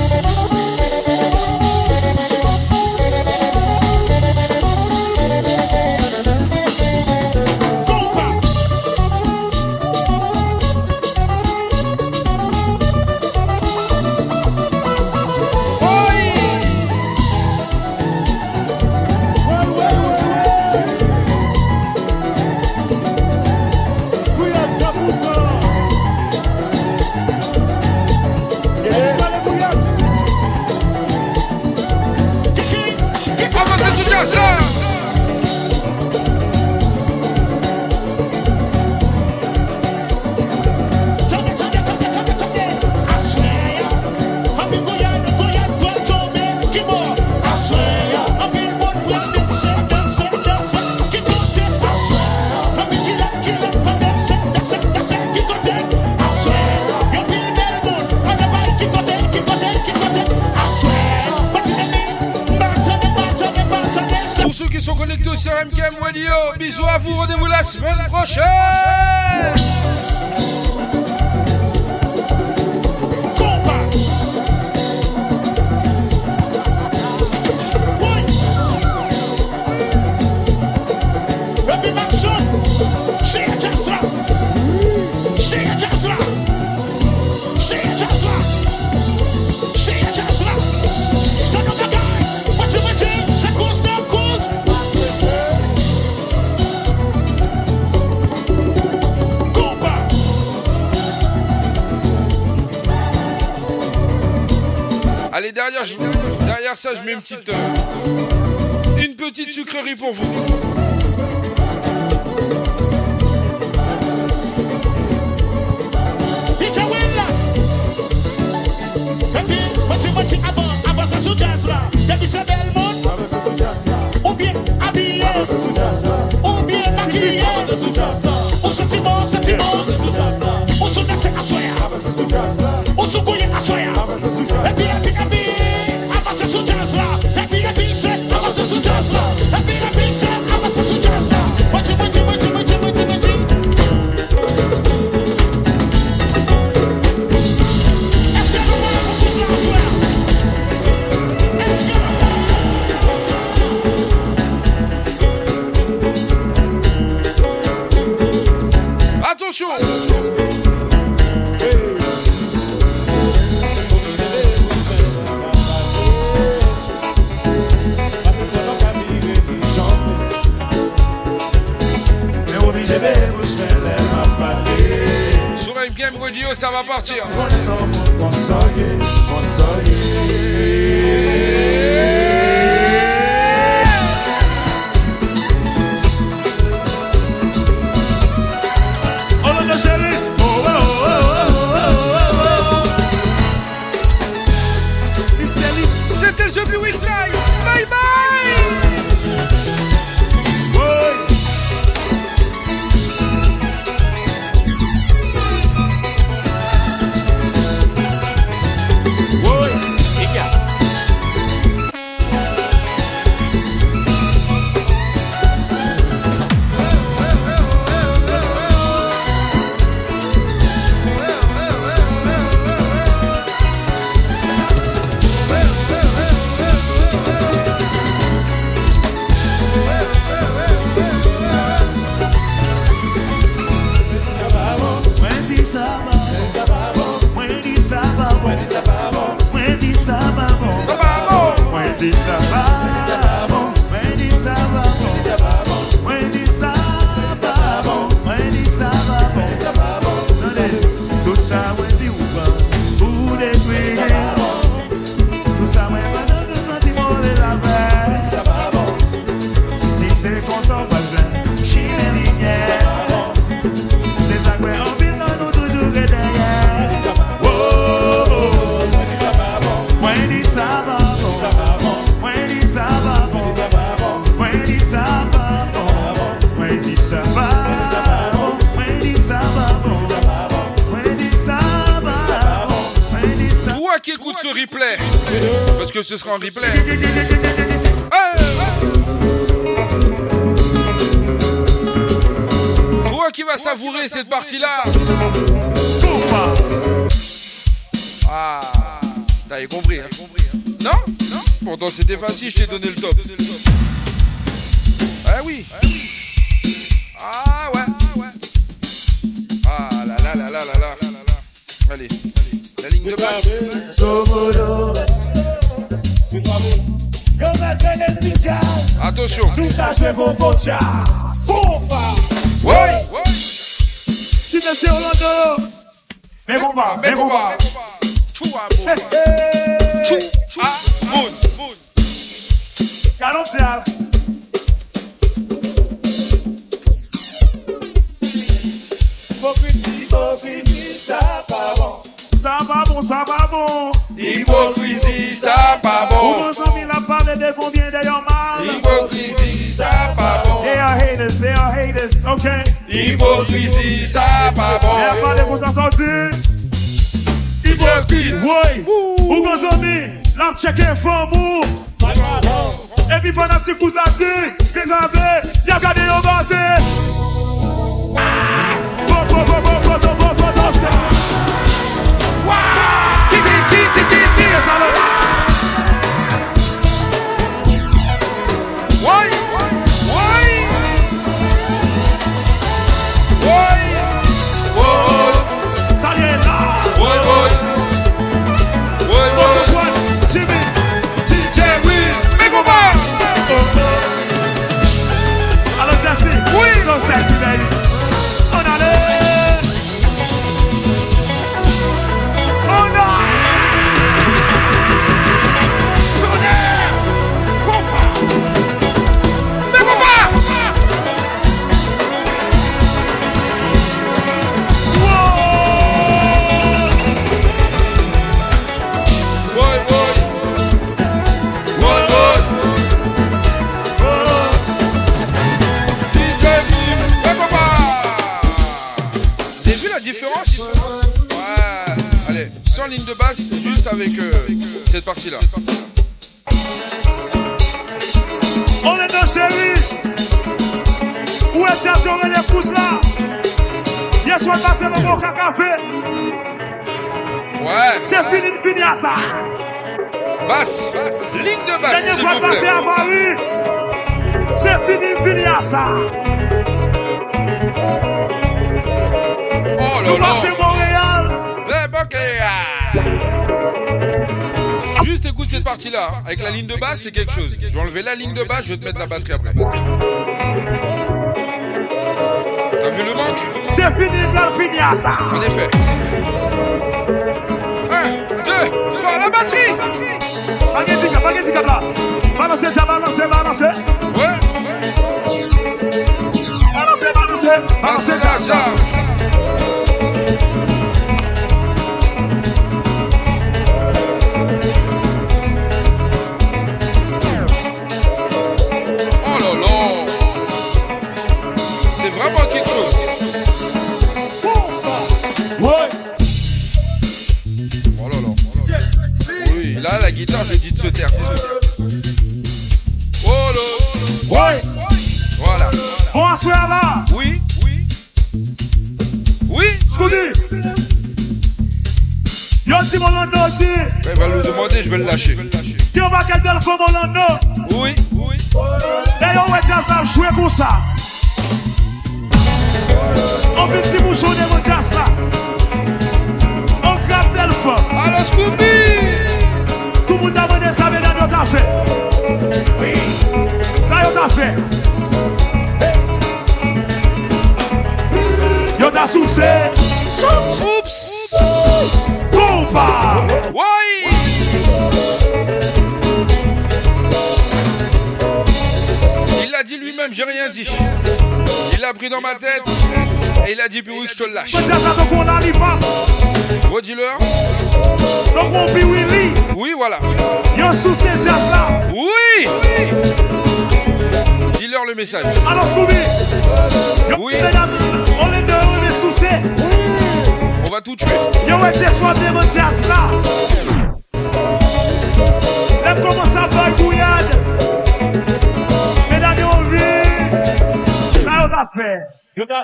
Sur M K M Radio, bisous à vous, rendez-vous la semaine prochaine. Allez, derrière, je, derrière ça, je mets une petite, euh, une petite sucrerie pour vous. Attention! Sur M K M Radio, ça va partir. C'était le jeu Blue Week Night. Bye bye. Qui écoute ce replay, parce que ce sera en replay. Hey, toi qui vas savourer cette partie-là. avez compris, hein. Non? Non? Pourtant c'était facile, je t'ai donné le top. Ah oui. Ah ouais. Ah là là là là là là. Allez, la ligne de basse. Attention. Ouais. Si c'est Orlando. Mais bon va, mais bon va. Chua bon. Chou, chou, bon, bon. Canon jazz. Hypocrisie, ça pas bon. Ça va bon, ça va bon. Hypocrisie, ça pas bon. Pour nos amis, la parle de combien d'ailleurs mal. Hypocrisie, ça pas bon. They are haters, they are haters, okay. Hypocrisie, ça pas bon. Et à parler pour s'en sortir. Hypocrite. Oui. Pour nos amis, la checker femme ou. Et puis pendant que tu pousses la tige, regardez, y'a gardé au basé. So sexy, baby. On allait. Oh non. Tonnerre. Compas. Mais compas. Wow. Boy, boy. Boy, boy. Différence? Ouais. Allez, sans ligne de basse, juste avec euh, cette partie-là. On est dans chérie. Où est Jason et les pouces là? Hier soir passé le bon café. Ouais. C'est fini, fini à ça. Basse, ligne de basse, s'il vous plaît. Passé à Paris. C'est fini, fini à ça. Oh là là. Montréal. Juste écoute cette partie-là. Hein. Avec la ligne de basse, c'est quelque chose. Je vais enlever la ligne de basse, je vais te mettre la batterie après. T'as vu le manque? C'est fini, là, fini à ça. En effet. Un, deux, trois, la batterie. Magnétique, magnétique là. Balancez, déjà balancez, balancez. Ouais. Balancez, balancez. Balancez, déjà. Vraiment quelque chose. Ouais. Oh là là. Oui, là la guitare, je dis de se taire. Oh là. Ouais. Voilà. Bon asseoir là. Oui. Oui. Oui. Scooby. Yo dit mon Lando aussi. Il va le demander, je vais le lâcher. Qui on va qu'elle belle femme mon Lando. Oui. Oui. Et on va just là jouer pour ça. On fait petit bouchon de mon jazz là. On grappe belle femme. Alors Scooby. Tout le monde a demandé ça, mais dans notre affaire. Oui. Ça y est, on fait. Yo t'a soucié. Oups. Compa. Oui. Il l'a dit lui-même, j'ai rien dit. Il l'a pris dans ma tête et il a dit puis oui que je te le lâche. Donc on n'arrive pas. Redis-leur. Donc on dit oui. Oui, voilà. Yo sous ces jazz là. Oui. Dis-leur le message. Alors Scooby. Oui. On est dehors les sous ces. On va tout tuer. Yo ouais j'ai soigné mon jazz là. Même comment ça va bouillade. Mesdames on vit. Ça on a fait. Yo t'a.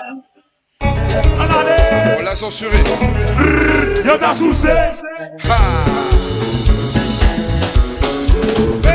On l'a censuré. Yo t'a soucé.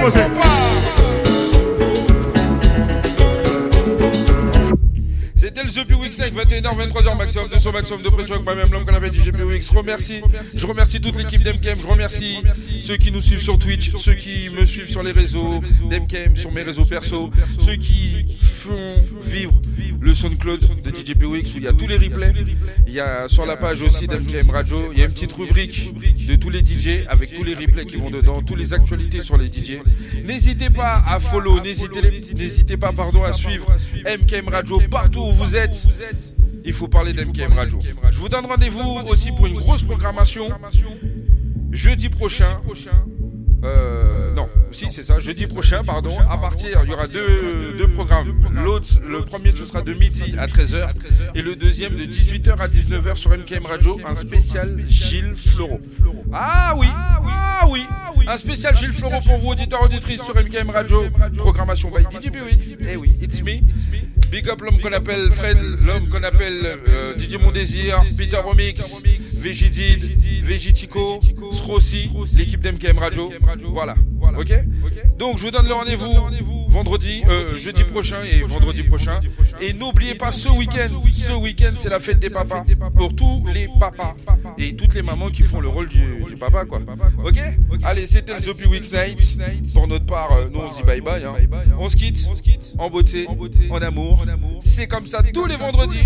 C'était le The P-Wix Night, vingt et une heures, vingt-trois heures maximum de son maximum de pression avec moi-même, l'homme qu'on appelle D J P-Wix. Remercie, je remercie toute l'équipe d'M K M, je remercie ceux qui nous suivent sur Twitch, ceux qui me suivent sur les réseaux d'M K M, sur mes réseaux perso, ceux qui font vivre le SoundCloud de D J P-Wix où il y a tous les replays. Il y a sur la page aussi d'M K M Radio, il y a une petite rubrique de tous les D J avec tous les replays qui vont dedans, toutes les actualités sur les D J. N'hésitez pas à follow, n'hésitez, n'hésitez pas pardon, à suivre M K M Radio partout où vous êtes. Il faut parler d'M K M Radio. Je vous donne rendez-vous aussi pour une grosse programmation jeudi prochain. Euh, non, si c'est ça, jeudi prochain, pardon. À partir, il y aura deux, deux programmes. L'autre, le premier, ce sera de midi à treize heures et le deuxième de dix-huit heures à dix-neuf heures sur M K M Radio, un spécial Gilles Fleureau. Ah oui, ah oui, un spécial Gilles Fleureau pour vous, auditeurs, auditrices sur M K M Radio. Programmation by D J P-Wix. Eh oui, it's me. Big up l'homme qu'on appelle Fred, l'homme qu'on appelle euh, Didier Mon Désir, Peter Romix, Végidid, Végitico, Srossi, l'équipe d'M K M Radio. Voilà, ok. Donc je vous donne le rendez-vous vendredi, euh, jeudi prochain et vendredi prochain. Et n'oubliez pas ce week-end, ce week-end c'est la fête des papas pour tous les papas et toutes les mamans qui font le rôle du, du papa, quoi. Ok. Allez, c'était le The P-Wix Night. Pour notre part, euh, nous on se dit bye bye. Hein. On se quitte en beauté, en amour. C'est comme ça tous les vendredis.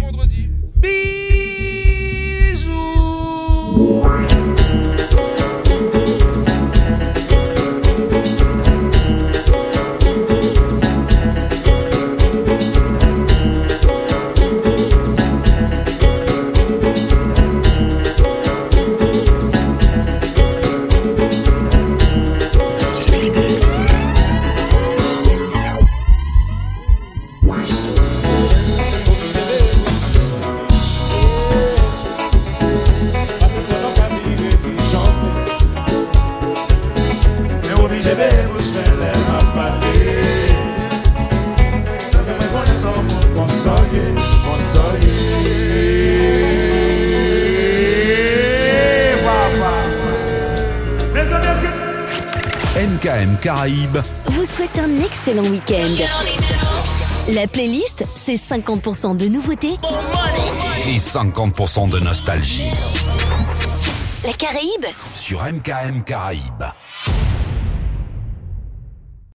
Bisous. M K M Caraïbes vous souhaite un excellent week-end. La playlist, c'est cinquante pour cent de nouveautés et cinquante pour cent de nostalgie. La Caraïbe sur M K M Caraïbes.